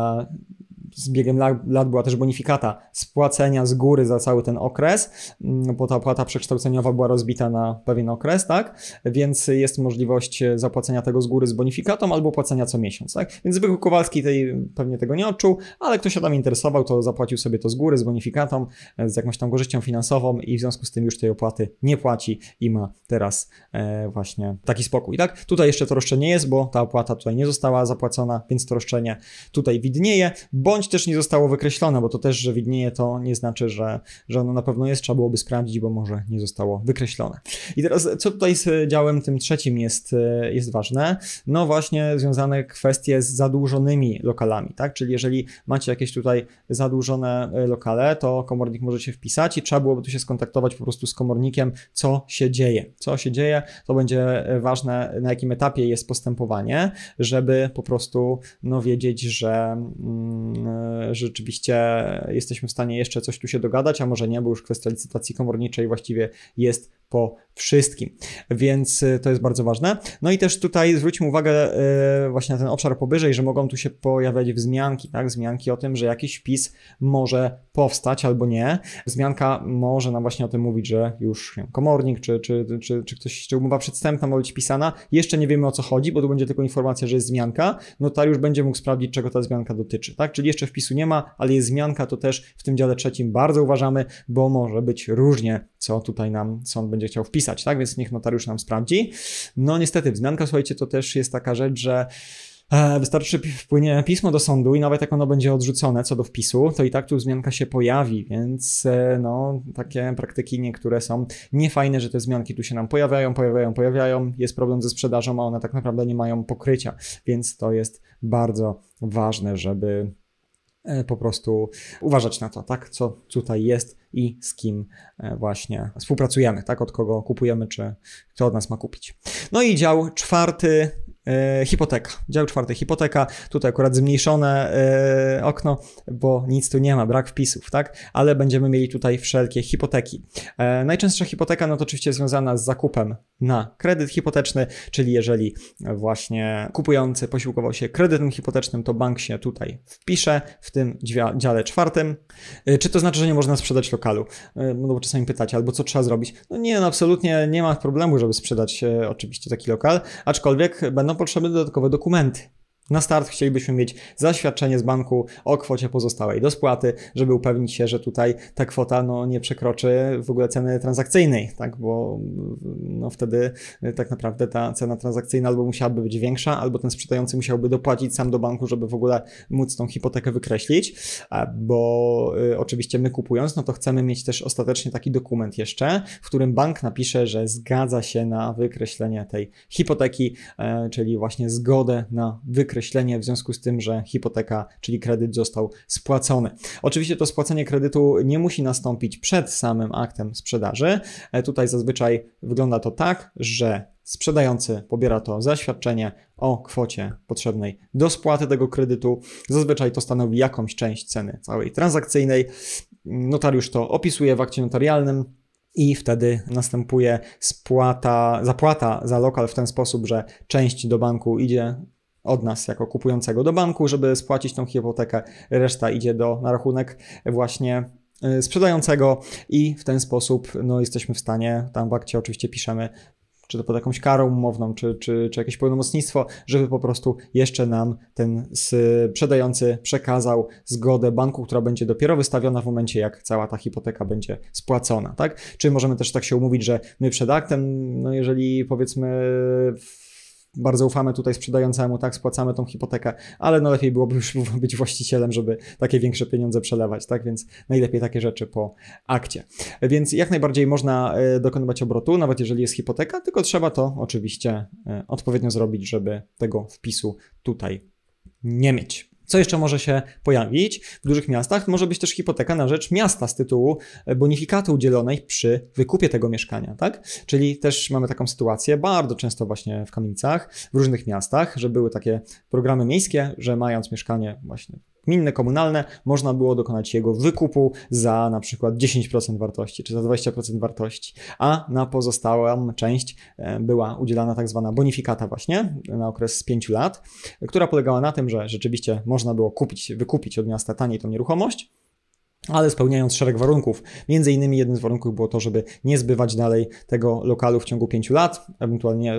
z biegiem lat była też bonifikata spłacenia z góry za cały ten okres, bo ta opłata przekształceniowa była rozbita na pewien okres, tak? Więc jest możliwość zapłacenia tego z góry z bonifikatą albo płacenia co miesiąc, tak? Więc zwykły Kowalski pewnie tego nie odczuł, ale ktoś się tam interesował, to zapłacił sobie to z góry z bonifikatą, z jakąś tam korzyścią finansową i w związku z tym już tej opłaty nie płaci i ma teraz właśnie taki spokój, tak? Tutaj jeszcze to roszczenie jest, bo ta opłata tutaj nie została zapłacona, więc to roszczenie tutaj widnieje, bądź też nie zostało wykreślone, bo to też, że widnieje, to nie znaczy, że ono na pewno jest, trzeba byłoby sprawdzić, bo może nie zostało wykreślone. I teraz, co tutaj z działem tym trzecim jest ważne? No właśnie związane kwestie z zadłużonymi lokalami, tak? Czyli jeżeli macie jakieś tutaj zadłużone lokale, to komornik może się wpisać i trzeba byłoby tu się skontaktować po prostu z komornikiem, co się dzieje. Co się dzieje, to będzie ważne, na jakim etapie jest postępowanie, żeby po prostu wiedzieć, że rzeczywiście jesteśmy w stanie jeszcze coś tu się dogadać, a może nie, bo już kwestia licytacji komorniczej właściwie jest po wszystkim, więc to jest bardzo ważne. No i też tutaj zwróćmy uwagę właśnie na ten obszar powyżej, że mogą tu się pojawiać wzmianki, tak? Wzmianki o tym, że jakiś wpis może powstać albo nie. Wzmianka może nam właśnie o tym mówić, że już nie wiem, komornik czy ktoś, czy umowa przedwstępna ma być pisana. Jeszcze nie wiemy, o co chodzi, bo tu będzie tylko informacja, że jest wzmianka. Notariusz będzie mógł sprawdzić, czego ta wzmianka dotyczy, tak? Czyli jeszcze wpisu nie ma, ale jest wzmianka, to też w tym dziale trzecim bardzo uważamy, bo może być różnie, co tutaj nam sąd będzie chciał wpisać, tak? Więc niech notariusz nam sprawdzi. No niestety wzmianka, słuchajcie, to też jest taka rzecz, że wystarczy wpłynie pismo do sądu i nawet jak ono będzie odrzucone co do wpisu, to i tak tu wzmianka się pojawi, więc takie praktyki niektóre są niefajne, że te wzmianki tu się nam pojawiają, jest problem ze sprzedażą, a one tak naprawdę nie mają pokrycia, więc to jest bardzo ważne, żeby po prostu uważać na to, tak, co tutaj jest i z kim właśnie współpracujemy, tak, od kogo kupujemy, czy kto od nas ma kupić. No i dział czwarty, hipoteka. Dział czwarty, hipoteka. Tutaj akurat zmniejszone okno, bo nic tu nie ma, brak wpisów, tak? Ale będziemy mieli tutaj wszelkie hipoteki. Najczęstsza hipoteka, no to oczywiście związana z zakupem na kredyt hipoteczny, czyli jeżeli właśnie kupujący posiłkował się kredytem hipotecznym, to bank się tutaj wpisze w tym dziale czwartym. Czy to znaczy, że nie można sprzedać lokalu? No bo czasami pytacie, albo co trzeba zrobić? No nie, no absolutnie nie ma problemu, żeby sprzedać oczywiście taki lokal, aczkolwiek będą potrzebne dodatkowe dokumenty. Na start chcielibyśmy mieć zaświadczenie z banku o kwocie pozostałej do spłaty, żeby upewnić się, że tutaj ta kwota nie przekroczy w ogóle ceny transakcyjnej, tak, bo wtedy tak naprawdę ta cena transakcyjna albo musiałaby być większa, albo ten sprzedający musiałby dopłacić sam do banku, żeby w ogóle móc tą hipotekę wykreślić, bo oczywiście my kupując, to chcemy mieć też ostatecznie taki dokument jeszcze, w którym bank napisze, że zgadza się na wykreślenie tej hipoteki, czyli właśnie zgodę na wykreślenie w związku z tym, że hipoteka, czyli kredyt został spłacony. Oczywiście to spłacenie kredytu nie musi nastąpić przed samym aktem sprzedaży. Tutaj zazwyczaj wygląda to tak, że sprzedający pobiera to zaświadczenie o kwocie potrzebnej do spłaty tego kredytu. Zazwyczaj to stanowi jakąś część ceny całej transakcyjnej. Notariusz to opisuje w akcie notarialnym. I wtedy następuje zapłata za lokal w ten sposób, że część do banku idzie od nas jako kupującego do banku, żeby spłacić tą hipotekę, reszta idzie na rachunek właśnie sprzedającego i w ten sposób jesteśmy w stanie, tam w akcie oczywiście piszemy, czy to pod jakąś karą umowną, czy jakieś pełnomocnictwo, żeby po prostu jeszcze nam ten sprzedający przekazał zgodę banku, która będzie dopiero wystawiona w momencie, jak cała ta hipoteka będzie spłacona, tak? Czy możemy też tak się umówić, że my przed aktem, jeżeli powiedzmy bardzo ufamy tutaj sprzedającemu, tak, spłacamy tą hipotekę, ale lepiej byłoby już być właścicielem, żeby takie większe pieniądze przelewać, tak, więc najlepiej takie rzeczy po akcie. Więc jak najbardziej można dokonywać obrotu, nawet jeżeli jest hipoteka, tylko trzeba to oczywiście odpowiednio zrobić, żeby tego wpisu tutaj nie mieć. Co jeszcze może się pojawić w dużych miastach? Może być też hipoteka na rzecz miasta z tytułu bonifikaty udzielonej przy wykupie tego mieszkania, tak? Czyli też mamy taką sytuację bardzo często właśnie w Kamienicach, w różnych miastach, że były takie programy miejskie, że mając mieszkanie właśnie gminne, komunalne, można było dokonać jego wykupu za na przykład 10% wartości, czy za 20% wartości, a na pozostałą część była udzielana tak zwana bonifikata właśnie na okres 5 lat, która polegała na tym, że rzeczywiście można było wykupić od miasta taniej tą nieruchomość, ale spełniając szereg warunków. Między innymi jednym z warunków było to, żeby nie zbywać dalej tego lokalu w ciągu 5 lat, ewentualnie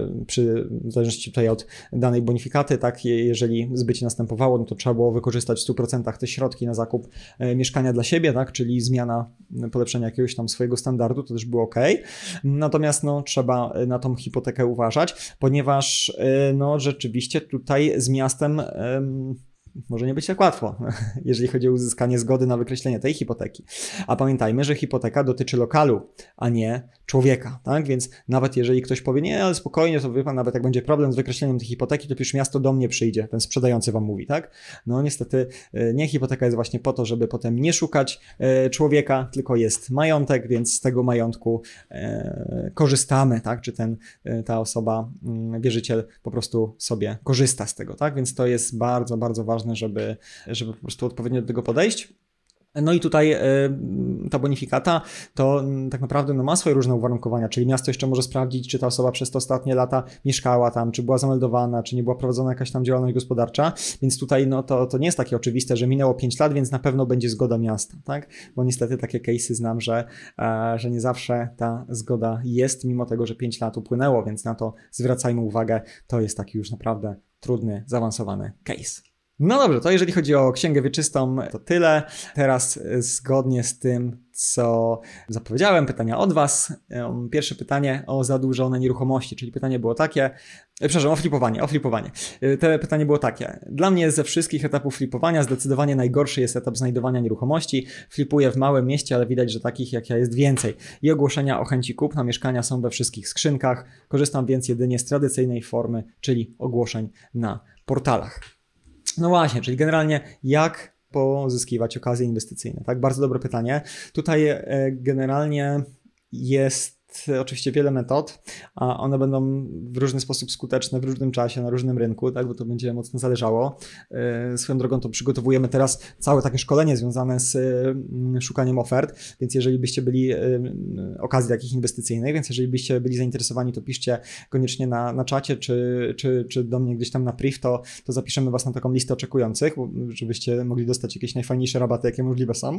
w zależności tutaj od danej bonifikaty, tak, jeżeli zbycie następowało, no to trzeba było wykorzystać w 100% te środki na zakup mieszkania dla siebie, tak, czyli zmiana, polepszenia jakiegoś tam swojego standardu, to też było ok. Natomiast no, trzeba na tą hipotekę uważać, ponieważ no, rzeczywiście tutaj z miastem może nie być tak łatwo, jeżeli chodzi o uzyskanie zgody na wykreślenie tej hipoteki. A pamiętajmy, że hipoteka dotyczy lokalu, a nie człowieka, tak? Więc nawet jeżeli ktoś powie, nie, ale spokojnie, to wie pan, nawet jak będzie problem z wykreśleniem tej hipoteki, to przecież miasto do mnie przyjdzie, ten sprzedający wam mówi, tak? No niestety nie, hipoteka jest właśnie po to, żeby potem nie szukać człowieka, tylko jest majątek, więc z tego majątku korzystamy, tak? Czy ta osoba, wierzyciel po prostu sobie korzysta z tego, tak? Więc to jest bardzo, bardzo ważne, żeby po prostu odpowiednio do tego podejść. No i tutaj ta bonifikata to tak naprawdę no, ma swoje różne uwarunkowania, czyli miasto jeszcze może sprawdzić, czy ta osoba przez te ostatnie lata mieszkała tam, czy była zameldowana, czy nie była prowadzona jakaś tam działalność gospodarcza, więc tutaj no, to nie jest takie oczywiste, że minęło 5 lat, więc na pewno będzie zgoda miasta, tak? Bo niestety takie case'y znam, że nie zawsze ta zgoda jest, mimo tego, że 5 lat upłynęło, więc na to zwracajmy uwagę, to jest taki już naprawdę trudny, zaawansowany case. No dobrze, to jeżeli chodzi o księgę wieczystą, to tyle. Teraz zgodnie z tym, co zapowiedziałem, pytania od Was. Pierwsze pytanie o zadłużone nieruchomości, czyli pytanie było takie, o flipowanie. To pytanie było takie. Dla mnie ze wszystkich etapów flipowania zdecydowanie najgorszy jest etap znajdowania nieruchomości. Flipuję w małym mieście, ale widać, że takich jak ja jest więcej. I ogłoszenia o chęci kupna mieszkania są we wszystkich skrzynkach. Korzystam więc jedynie z tradycyjnej formy, czyli ogłoszeń na portalach. No właśnie, czyli generalnie jak pozyskiwać okazje inwestycyjne, tak? Bardzo dobre pytanie. Tutaj generalnie jest oczywiście wiele metod, a one będą w różny sposób skuteczne w różnym czasie, na różnym rynku, tak? Bo to będzie mocno zależało. Swoją drogą to przygotowujemy teraz całe takie szkolenie związane z szukaniem ofert, więc jeżeli byście byli okazji takich inwestycyjnych, więc jeżeli byście byli zainteresowani, to piszcie koniecznie na czacie, czy do mnie gdzieś tam na priv, to zapiszemy Was na taką listę oczekujących, żebyście mogli dostać jakieś najfajniejsze rabaty, jakie możliwe są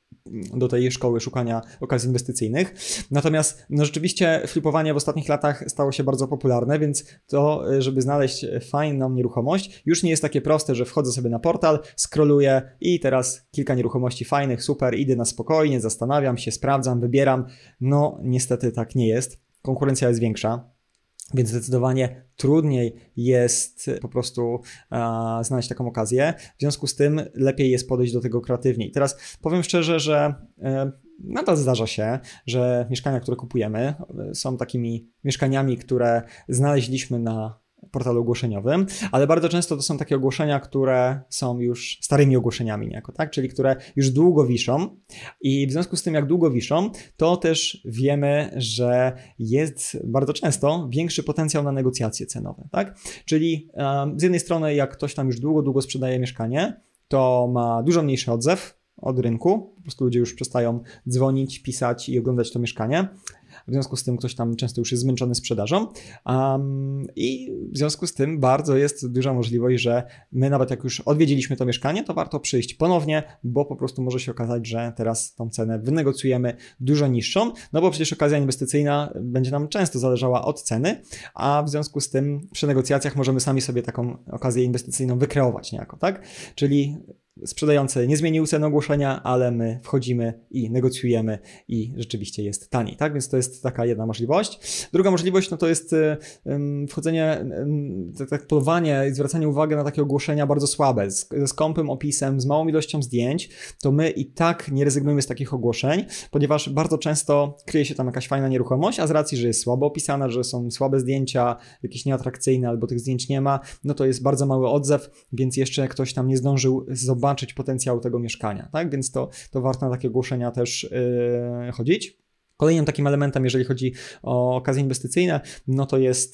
do tej szkoły szukania okazji inwestycyjnych. Natomiast no rzeczywiście flipowanie w ostatnich latach stało się bardzo popularne, więc to, żeby znaleźć fajną nieruchomość, już nie jest takie proste, że wchodzę sobie na portal, scrolluję i teraz kilka nieruchomości fajnych, super, idę na spokojnie, zastanawiam się, sprawdzam, wybieram. No niestety tak nie jest. Konkurencja jest większa. Więc zdecydowanie trudniej jest po prostu znaleźć taką okazję. W związku z tym lepiej jest podejść do tego kreatywnie. I teraz powiem szczerze, że nadal zdarza się, że mieszkania, które kupujemy, są takimi mieszkaniami, które znaleźliśmy na portalu ogłoszeniowym, ale bardzo często to są takie ogłoszenia, które są już starymi ogłoszeniami niejako, tak? Czyli które już długo wiszą i w związku z tym, jak długo wiszą, to też wiemy, że jest bardzo często większy potencjał na negocjacje cenowe, tak? Czyli z jednej strony, jak ktoś tam już długo sprzedaje mieszkanie, to ma dużo mniejszy odzew od rynku, po prostu ludzie już przestają dzwonić, pisać i oglądać to mieszkanie. W związku z tym ktoś tam często już jest zmęczony sprzedażą i w związku z tym bardzo jest duża możliwość, że my nawet jak już odwiedziliśmy to mieszkanie, to warto przyjść ponownie, bo po prostu może się okazać, że teraz tą cenę wynegocjujemy dużo niższą, no bo przecież okazja inwestycyjna będzie nam często zależała od ceny, a w związku z tym przy negocjacjach możemy sami sobie taką okazję inwestycyjną wykreować niejako, tak? Czyli sprzedający nie zmienił ceny ogłoszenia, ale my wchodzimy i negocjujemy i rzeczywiście jest taniej, tak? Więc to jest taka jedna możliwość. Druga możliwość, no to jest wchodzenie, polowanie i zwracanie uwagi na takie ogłoszenia bardzo słabe, ze skąpym opisem, z małą ilością zdjęć, to my i tak nie rezygnujemy z takich ogłoszeń, ponieważ bardzo często kryje się tam jakaś fajna nieruchomość, a z racji, że jest słabo opisana, że są słabe zdjęcia, jakieś nieatrakcyjne albo tych zdjęć nie ma, no to jest bardzo mały odzew, więc jeszcze ktoś tam nie zdążył zobaczyć potencjału tego mieszkania, tak? Więc to warto na takie ogłoszenia też chodzić. Kolejnym takim elementem, jeżeli chodzi o okazje inwestycyjne, no to jest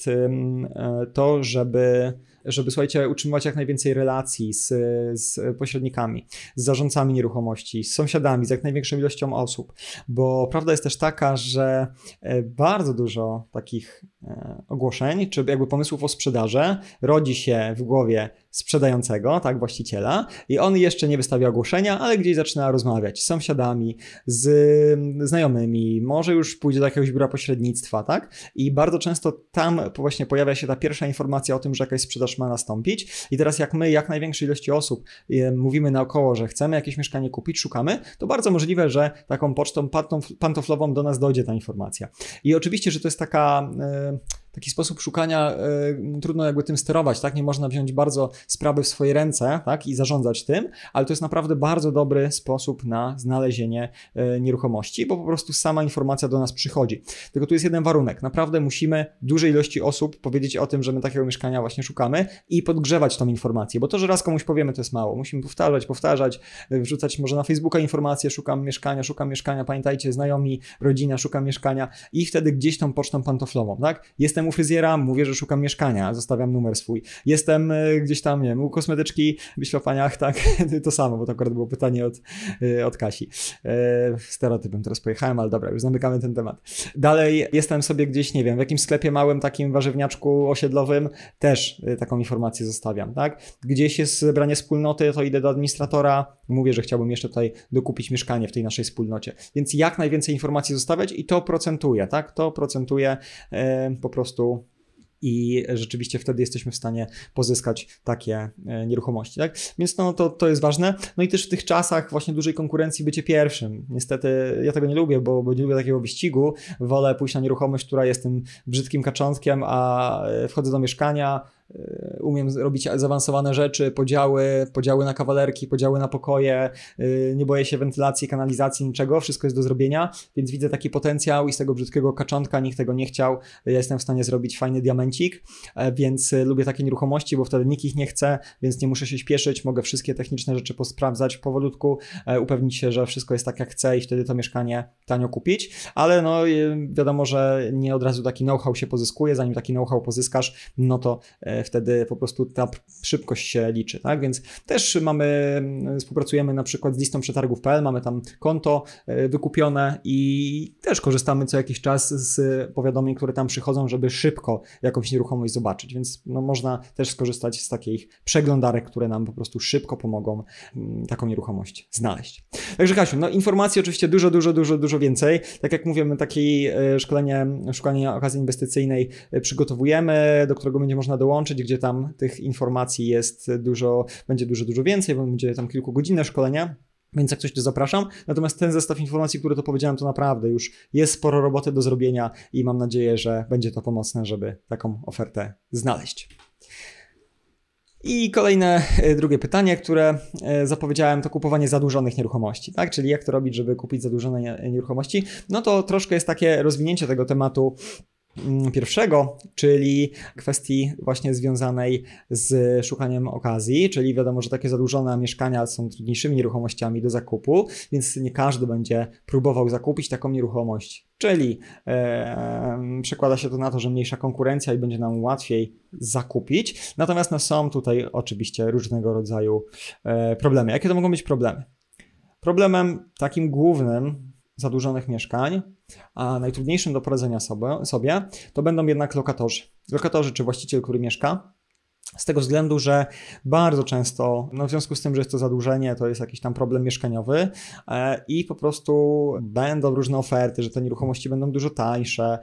to, żeby słuchajcie, utrzymywać jak najwięcej relacji z pośrednikami, z zarządcami nieruchomości, z sąsiadami, z jak największą ilością osób, bo prawda jest też taka, że bardzo dużo takich ogłoszeń, czy jakby pomysłów o sprzedaży rodzi się w głowie sprzedającego, tak, właściciela, i on jeszcze nie wystawia ogłoszenia, ale gdzieś zaczyna rozmawiać z sąsiadami, z znajomymi, może już pójdzie do jakiegoś biura pośrednictwa, tak, i bardzo często tam właśnie pojawia się ta pierwsza informacja o tym, że jakaś sprzedaż ma nastąpić i teraz jak my, jak największej ilości osób mówimy naokoło, że chcemy jakieś mieszkanie kupić, szukamy, to bardzo możliwe, że taką pocztą pantoflową do nas dojdzie ta informacja. I oczywiście, że to jest taki sposób szukania, trudno jakby tym sterować, tak? Nie można wziąć bardzo sprawy w swoje ręce, tak? I zarządzać tym, ale to jest naprawdę bardzo dobry sposób na znalezienie nieruchomości, bo po prostu sama informacja do nas przychodzi. Tylko tu jest jeden warunek. Naprawdę musimy dużej ilości osób powiedzieć o tym, że my takiego mieszkania właśnie szukamy i podgrzewać tą informację, bo to, że raz komuś powiemy, to jest mało. Musimy powtarzać, wrzucać może na Facebooka informacje, szukam mieszkania, pamiętajcie, znajomi, rodzina, szukam mieszkania i wtedy gdzieś tą pocztą pantoflową, tak? Jestem u fryzjera, mówię, że szukam mieszkania, zostawiam numer swój. Jestem gdzieś tam, nie wiem, u kosmetyczki w Ślopaniach, tak, to samo, bo to akurat było pytanie od Kasi. Stereotypem teraz pojechałem, ale dobra, już zamykamy ten temat. Dalej jestem sobie gdzieś, nie wiem, w jakimś sklepie małym, takim warzywniaczku osiedlowym, też taką informację zostawiam, tak. Gdzieś jest zebranie wspólnoty, to idę do administratora, mówię, że chciałbym jeszcze tutaj dokupić mieszkanie w tej naszej wspólnocie. Więc jak najwięcej informacji zostawiać i to procentuje, tak, to procentuje po prostu i rzeczywiście wtedy jesteśmy w stanie pozyskać takie nieruchomości, tak? Więc no to jest ważne. No i też w tych czasach właśnie dużej konkurencji bycie pierwszym. Niestety ja tego nie lubię, bo nie lubię takiego wyścigu. Wolę pójść na nieruchomość, która jest tym brzydkim kaczątkiem, a wchodzę do mieszkania, umiem robić zaawansowane rzeczy, podziały na kawalerki, podziały na pokoje, nie boję się wentylacji, kanalizacji, niczego, wszystko jest do zrobienia, więc widzę taki potencjał i z tego brzydkiego kaczątka nikt tego nie chciał, ja jestem w stanie zrobić fajny diamencik, więc lubię takie nieruchomości, bo wtedy nikt ich nie chce, więc nie muszę się śpieszyć, mogę wszystkie techniczne rzeczy posprawdzać powolutku, upewnić się, że wszystko jest tak jak chcę i wtedy to mieszkanie tanio kupić, ale no wiadomo, że nie od razu taki know-how się pozyskuje, zanim taki know-how pozyskasz, no to wtedy po prostu ta szybkość się liczy, tak? Więc też współpracujemy na przykład z listą przetargów.pl, mamy tam konto wykupione i też korzystamy co jakiś czas z powiadomień, które tam przychodzą, żeby szybko jakąś nieruchomość zobaczyć, więc no, można też skorzystać z takich przeglądarek, które nam po prostu szybko pomogą taką nieruchomość znaleźć. Także Kasiu, no informacji oczywiście dużo więcej. Tak jak mówię, my takie szkolenie okazji inwestycyjnej przygotowujemy, do którego będzie można dołączyć, gdzie tam tych informacji jest będzie dużo więcej, bo będzie tam kilkugodzinne szkolenia, więc jak coś to zapraszam. Natomiast ten zestaw informacji, które to powiedziałem, to naprawdę już jest sporo roboty do zrobienia i mam nadzieję, że będzie to pomocne, żeby taką ofertę znaleźć. I kolejne, drugie pytanie, które zapowiedziałem, to kupowanie zadłużonych nieruchomości, tak? Czyli jak to robić, żeby kupić zadłużone nieruchomości? No to troszkę jest takie rozwinięcie tego tematu pierwszego, czyli kwestii właśnie związanej z szukaniem okazji, czyli wiadomo, że takie zadłużone mieszkania są trudniejszymi nieruchomościami do zakupu, więc nie każdy będzie próbował zakupić taką nieruchomość. Czyli przekłada się to na to, że mniejsza konkurencja i będzie nam łatwiej zakupić. Natomiast no, są tutaj oczywiście różnego rodzaju problemy. Jakie to mogą być problemy? Problemem takim głównym zadłużonych mieszkań, a najtrudniejszym do poradzenia sobie, to będą jednak lokatorzy. Lokatorzy, czy właściciel, który mieszka, Z tego względu, że bardzo często, w związku z tym, że jest to zadłużenie, to jest jakiś tam problem mieszkaniowy i po prostu będą różne oferty, że te nieruchomości będą dużo tańsze,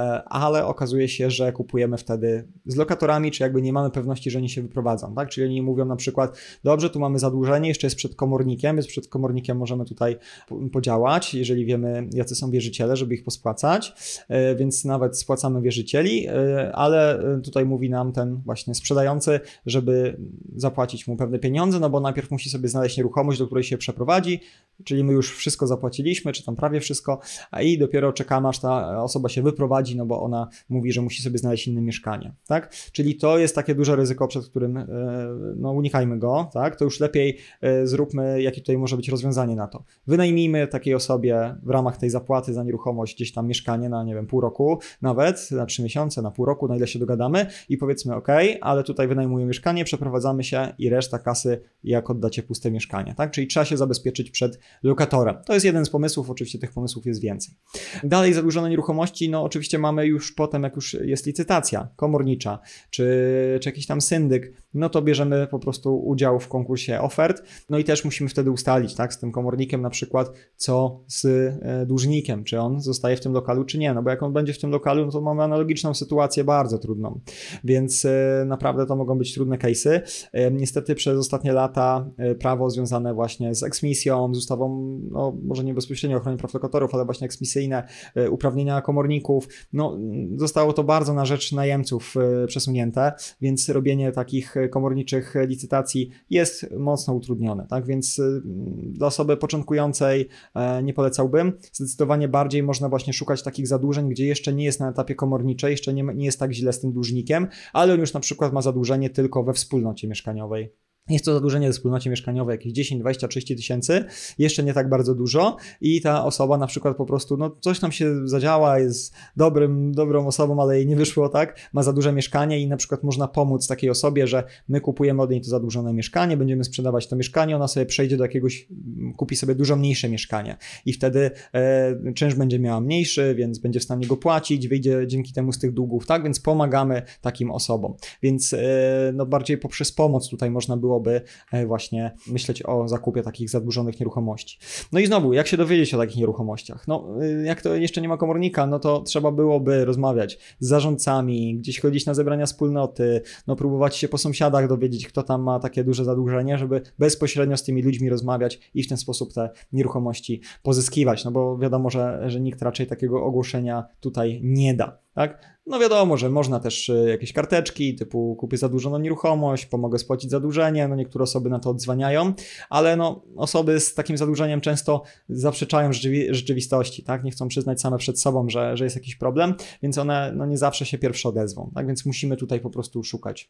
ale okazuje się, że kupujemy wtedy z lokatorami, czy jakby nie mamy pewności, że oni się wyprowadzą, tak? Czyli oni mówią na przykład, dobrze, tu mamy zadłużenie, jeszcze jest przed komornikiem, więc przed komornikiem możemy tutaj podziałać, jeżeli wiemy, jacy są wierzyciele, żeby ich pospłacać, więc nawet spłacamy wierzycieli, ale tutaj mówi nam ten właśnie sprzedający, żeby zapłacić mu pewne pieniądze, no bo najpierw musi sobie znaleźć nieruchomość, do której się przeprowadzi, czyli my już wszystko zapłaciliśmy, czy tam prawie wszystko, i dopiero czekamy, aż ta osoba się wyprowadzi, no bo ona mówi, że musi sobie znaleźć inne mieszkanie, tak? Czyli to jest takie duże ryzyko, przed którym unikajmy go, tak? To już lepiej zróbmy, jakie tutaj może być rozwiązanie na to. Wynajmijmy takiej osobie w ramach tej zapłaty za nieruchomość gdzieś tam mieszkanie na, nie wiem, pół roku, nawet na 3 miesiące, na pół roku, na ile się dogadamy i powiedzmy, ok, ale tutaj wynajmuję mieszkanie, przeprowadzamy się i reszta kasy, jak oddacie puste mieszkanie, tak? Czyli trzeba się zabezpieczyć przed lokatorem. To jest jeden z pomysłów, oczywiście tych pomysłów jest więcej. Dalej zadłużone nieruchomości, no oczywiście mamy już potem, jak już jest licytacja komornicza, czy jakiś tam syndyk, no to bierzemy po prostu udział w konkursie ofert, no i też musimy wtedy ustalić, tak, z tym komornikiem na przykład, co z dłużnikiem, czy on zostaje w tym lokalu, czy nie, no bo jak on będzie w tym lokalu, no to mamy analogiczną sytuację, bardzo trudną, więc naprawdę to mogą być trudne case'y. Niestety przez ostatnie lata prawo związane właśnie z eksmisją, z ustawą, no może nie bezpośrednio o ochronie praw lokatorów, ale właśnie eksmisyjne, uprawnienia komorników, no zostało to bardzo na rzecz najemców przesunięte, więc robienie takich komorniczych licytacji jest mocno utrudnione, tak, więc dla osoby początkującej nie polecałbym. Zdecydowanie bardziej można właśnie szukać takich zadłużeń, gdzie jeszcze nie jest na etapie komorniczej, jeszcze nie jest tak źle z tym dłużnikiem, ale on już na przykład ma zadłużenie tylko we wspólnocie mieszkaniowej. Jest to zadłużenie we wspólnocie mieszkaniowej jakieś 10, 20, 30 tysięcy, jeszcze nie tak bardzo dużo i ta osoba na przykład po prostu, no coś tam się zadziała, jest dobrą osobą, ale jej nie wyszło, tak, ma za duże mieszkanie i na przykład można pomóc takiej osobie, że my kupujemy od niej to zadłużone mieszkanie, będziemy sprzedawać to mieszkanie, ona sobie przejdzie do jakiegoś, kupi sobie dużo mniejsze mieszkanie i wtedy czynsz będzie miała mniejszy, więc będzie w stanie go płacić, wyjdzie dzięki temu z tych długów, tak, więc pomagamy takim osobom, więc no bardziej poprzez pomoc tutaj można byłoby właśnie myśleć o zakupie takich zadłużonych nieruchomości. No i znowu, jak się dowiedzieć o takich nieruchomościach? No, jak to jeszcze nie ma komornika, no to trzeba byłoby rozmawiać z zarządcami, gdzieś chodzić na zebrania wspólnoty, no próbować się po sąsiadach dowiedzieć, kto tam ma takie duże zadłużenie, żeby bezpośrednio z tymi ludźmi rozmawiać i w ten sposób te nieruchomości pozyskiwać, no bo wiadomo, że nikt raczej takiego ogłoszenia tutaj nie da, tak? No wiadomo, że można też jakieś karteczki typu kupię zadłużoną nieruchomość, pomogę spłacić zadłużenie, no niektóre osoby na to odzwaniają, ale no osoby z takim zadłużeniem często zaprzeczają rzeczywistości, tak? Nie chcą przyznać same przed sobą, że jest jakiś problem, więc one no nie zawsze się pierwsze odezwą, tak? Więc musimy tutaj po prostu szukać,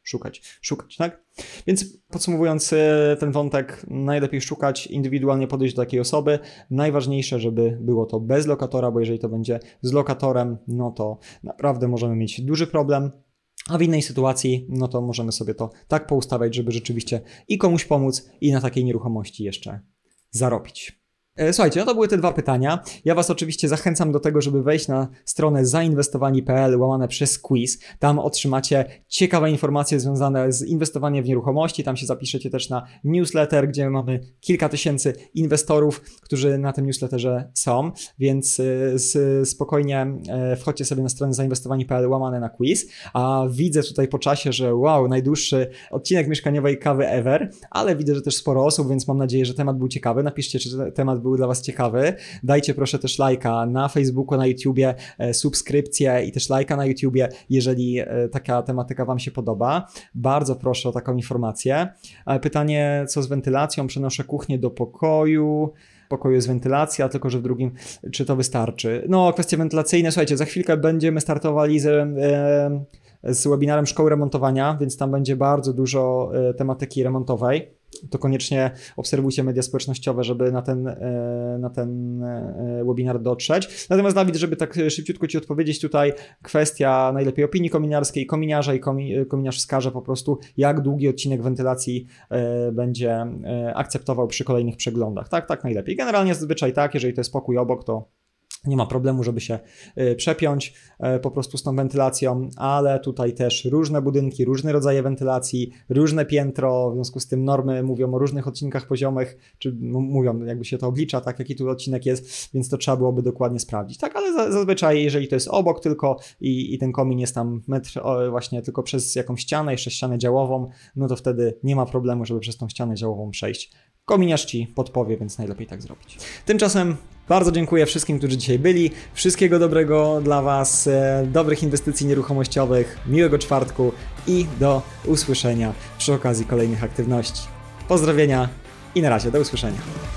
tak? Więc podsumowując ten wątek, najlepiej szukać, indywidualnie podejść do takiej osoby. Najważniejsze, żeby było to bez lokatora, bo jeżeli to będzie z lokatorem, no to naprawdę możemy mieć duży problem, a w innej sytuacji, no to możemy sobie to tak poustawiać, żeby rzeczywiście i komuś pomóc, i na takiej nieruchomości jeszcze zarobić. Słuchajcie, no to były te dwa pytania. Ja Was oczywiście zachęcam do tego, żeby wejść na stronę zainwestowani.pl /quiz. Tam otrzymacie ciekawe informacje związane z inwestowaniem w nieruchomości. Tam się zapiszecie też na newsletter, gdzie mamy kilka tysięcy inwestorów, którzy na tym newsletterze są, więc spokojnie wchodźcie sobie na stronę zainwestowani.pl /quiz. A widzę tutaj po czasie, że wow, najdłuższy odcinek mieszkaniowej kawy ever, ale widzę, że też sporo osób, więc mam nadzieję, że temat był ciekawy. Napiszcie, czy temat był dla Was ciekawy. Dajcie proszę też lajka na Facebooku, na YouTubie, subskrypcję i też lajka na YouTubie, jeżeli taka tematyka Wam się podoba. Bardzo proszę o taką informację. Pytanie, co z wentylacją? Przenoszę kuchnię do pokoju. W pokoju jest wentylacja, tylko że w drugim, czy to wystarczy? No, kwestie wentylacyjne, słuchajcie, za chwilkę będziemy startowali z webinarem Szkoły Remontowania, więc tam będzie bardzo dużo tematyki remontowej. To koniecznie obserwujcie media społecznościowe, żeby na ten webinar dotrzeć. Natomiast Dawid, żeby tak szybciutko Ci odpowiedzieć, tutaj kwestia najlepiej opinii kominiarskiej, kominiarza i kominiarz wskaże po prostu, jak długi odcinek wentylacji będzie akceptował przy kolejnych przeglądach. Tak najlepiej. Generalnie zazwyczaj tak, jeżeli to jest pokój obok, to Nie ma problemu, żeby się przepiąć po prostu z tą wentylacją, ale tutaj też różne budynki, różne rodzaje wentylacji, różne piętro, w związku z tym normy mówią o różnych odcinkach poziomych, czy mówią, jakby się to oblicza, tak, jaki tu odcinek jest, więc to trzeba byłoby dokładnie sprawdzić. Tak, ale zazwyczaj, jeżeli to jest obok tylko i ten komin jest tam metr właśnie tylko przez jakąś ścianę, jeszcze ścianę działową, no to wtedy nie ma problemu, żeby przez tą ścianę działową przejść. Kominiarz Ci podpowie, więc najlepiej tak zrobić. Tymczasem bardzo dziękuję wszystkim, którzy dzisiaj byli. Wszystkiego dobrego dla Was, dobrych inwestycji nieruchomościowych, miłego czwartku i do usłyszenia przy okazji kolejnych aktywności. Pozdrowienia i na razie, do usłyszenia.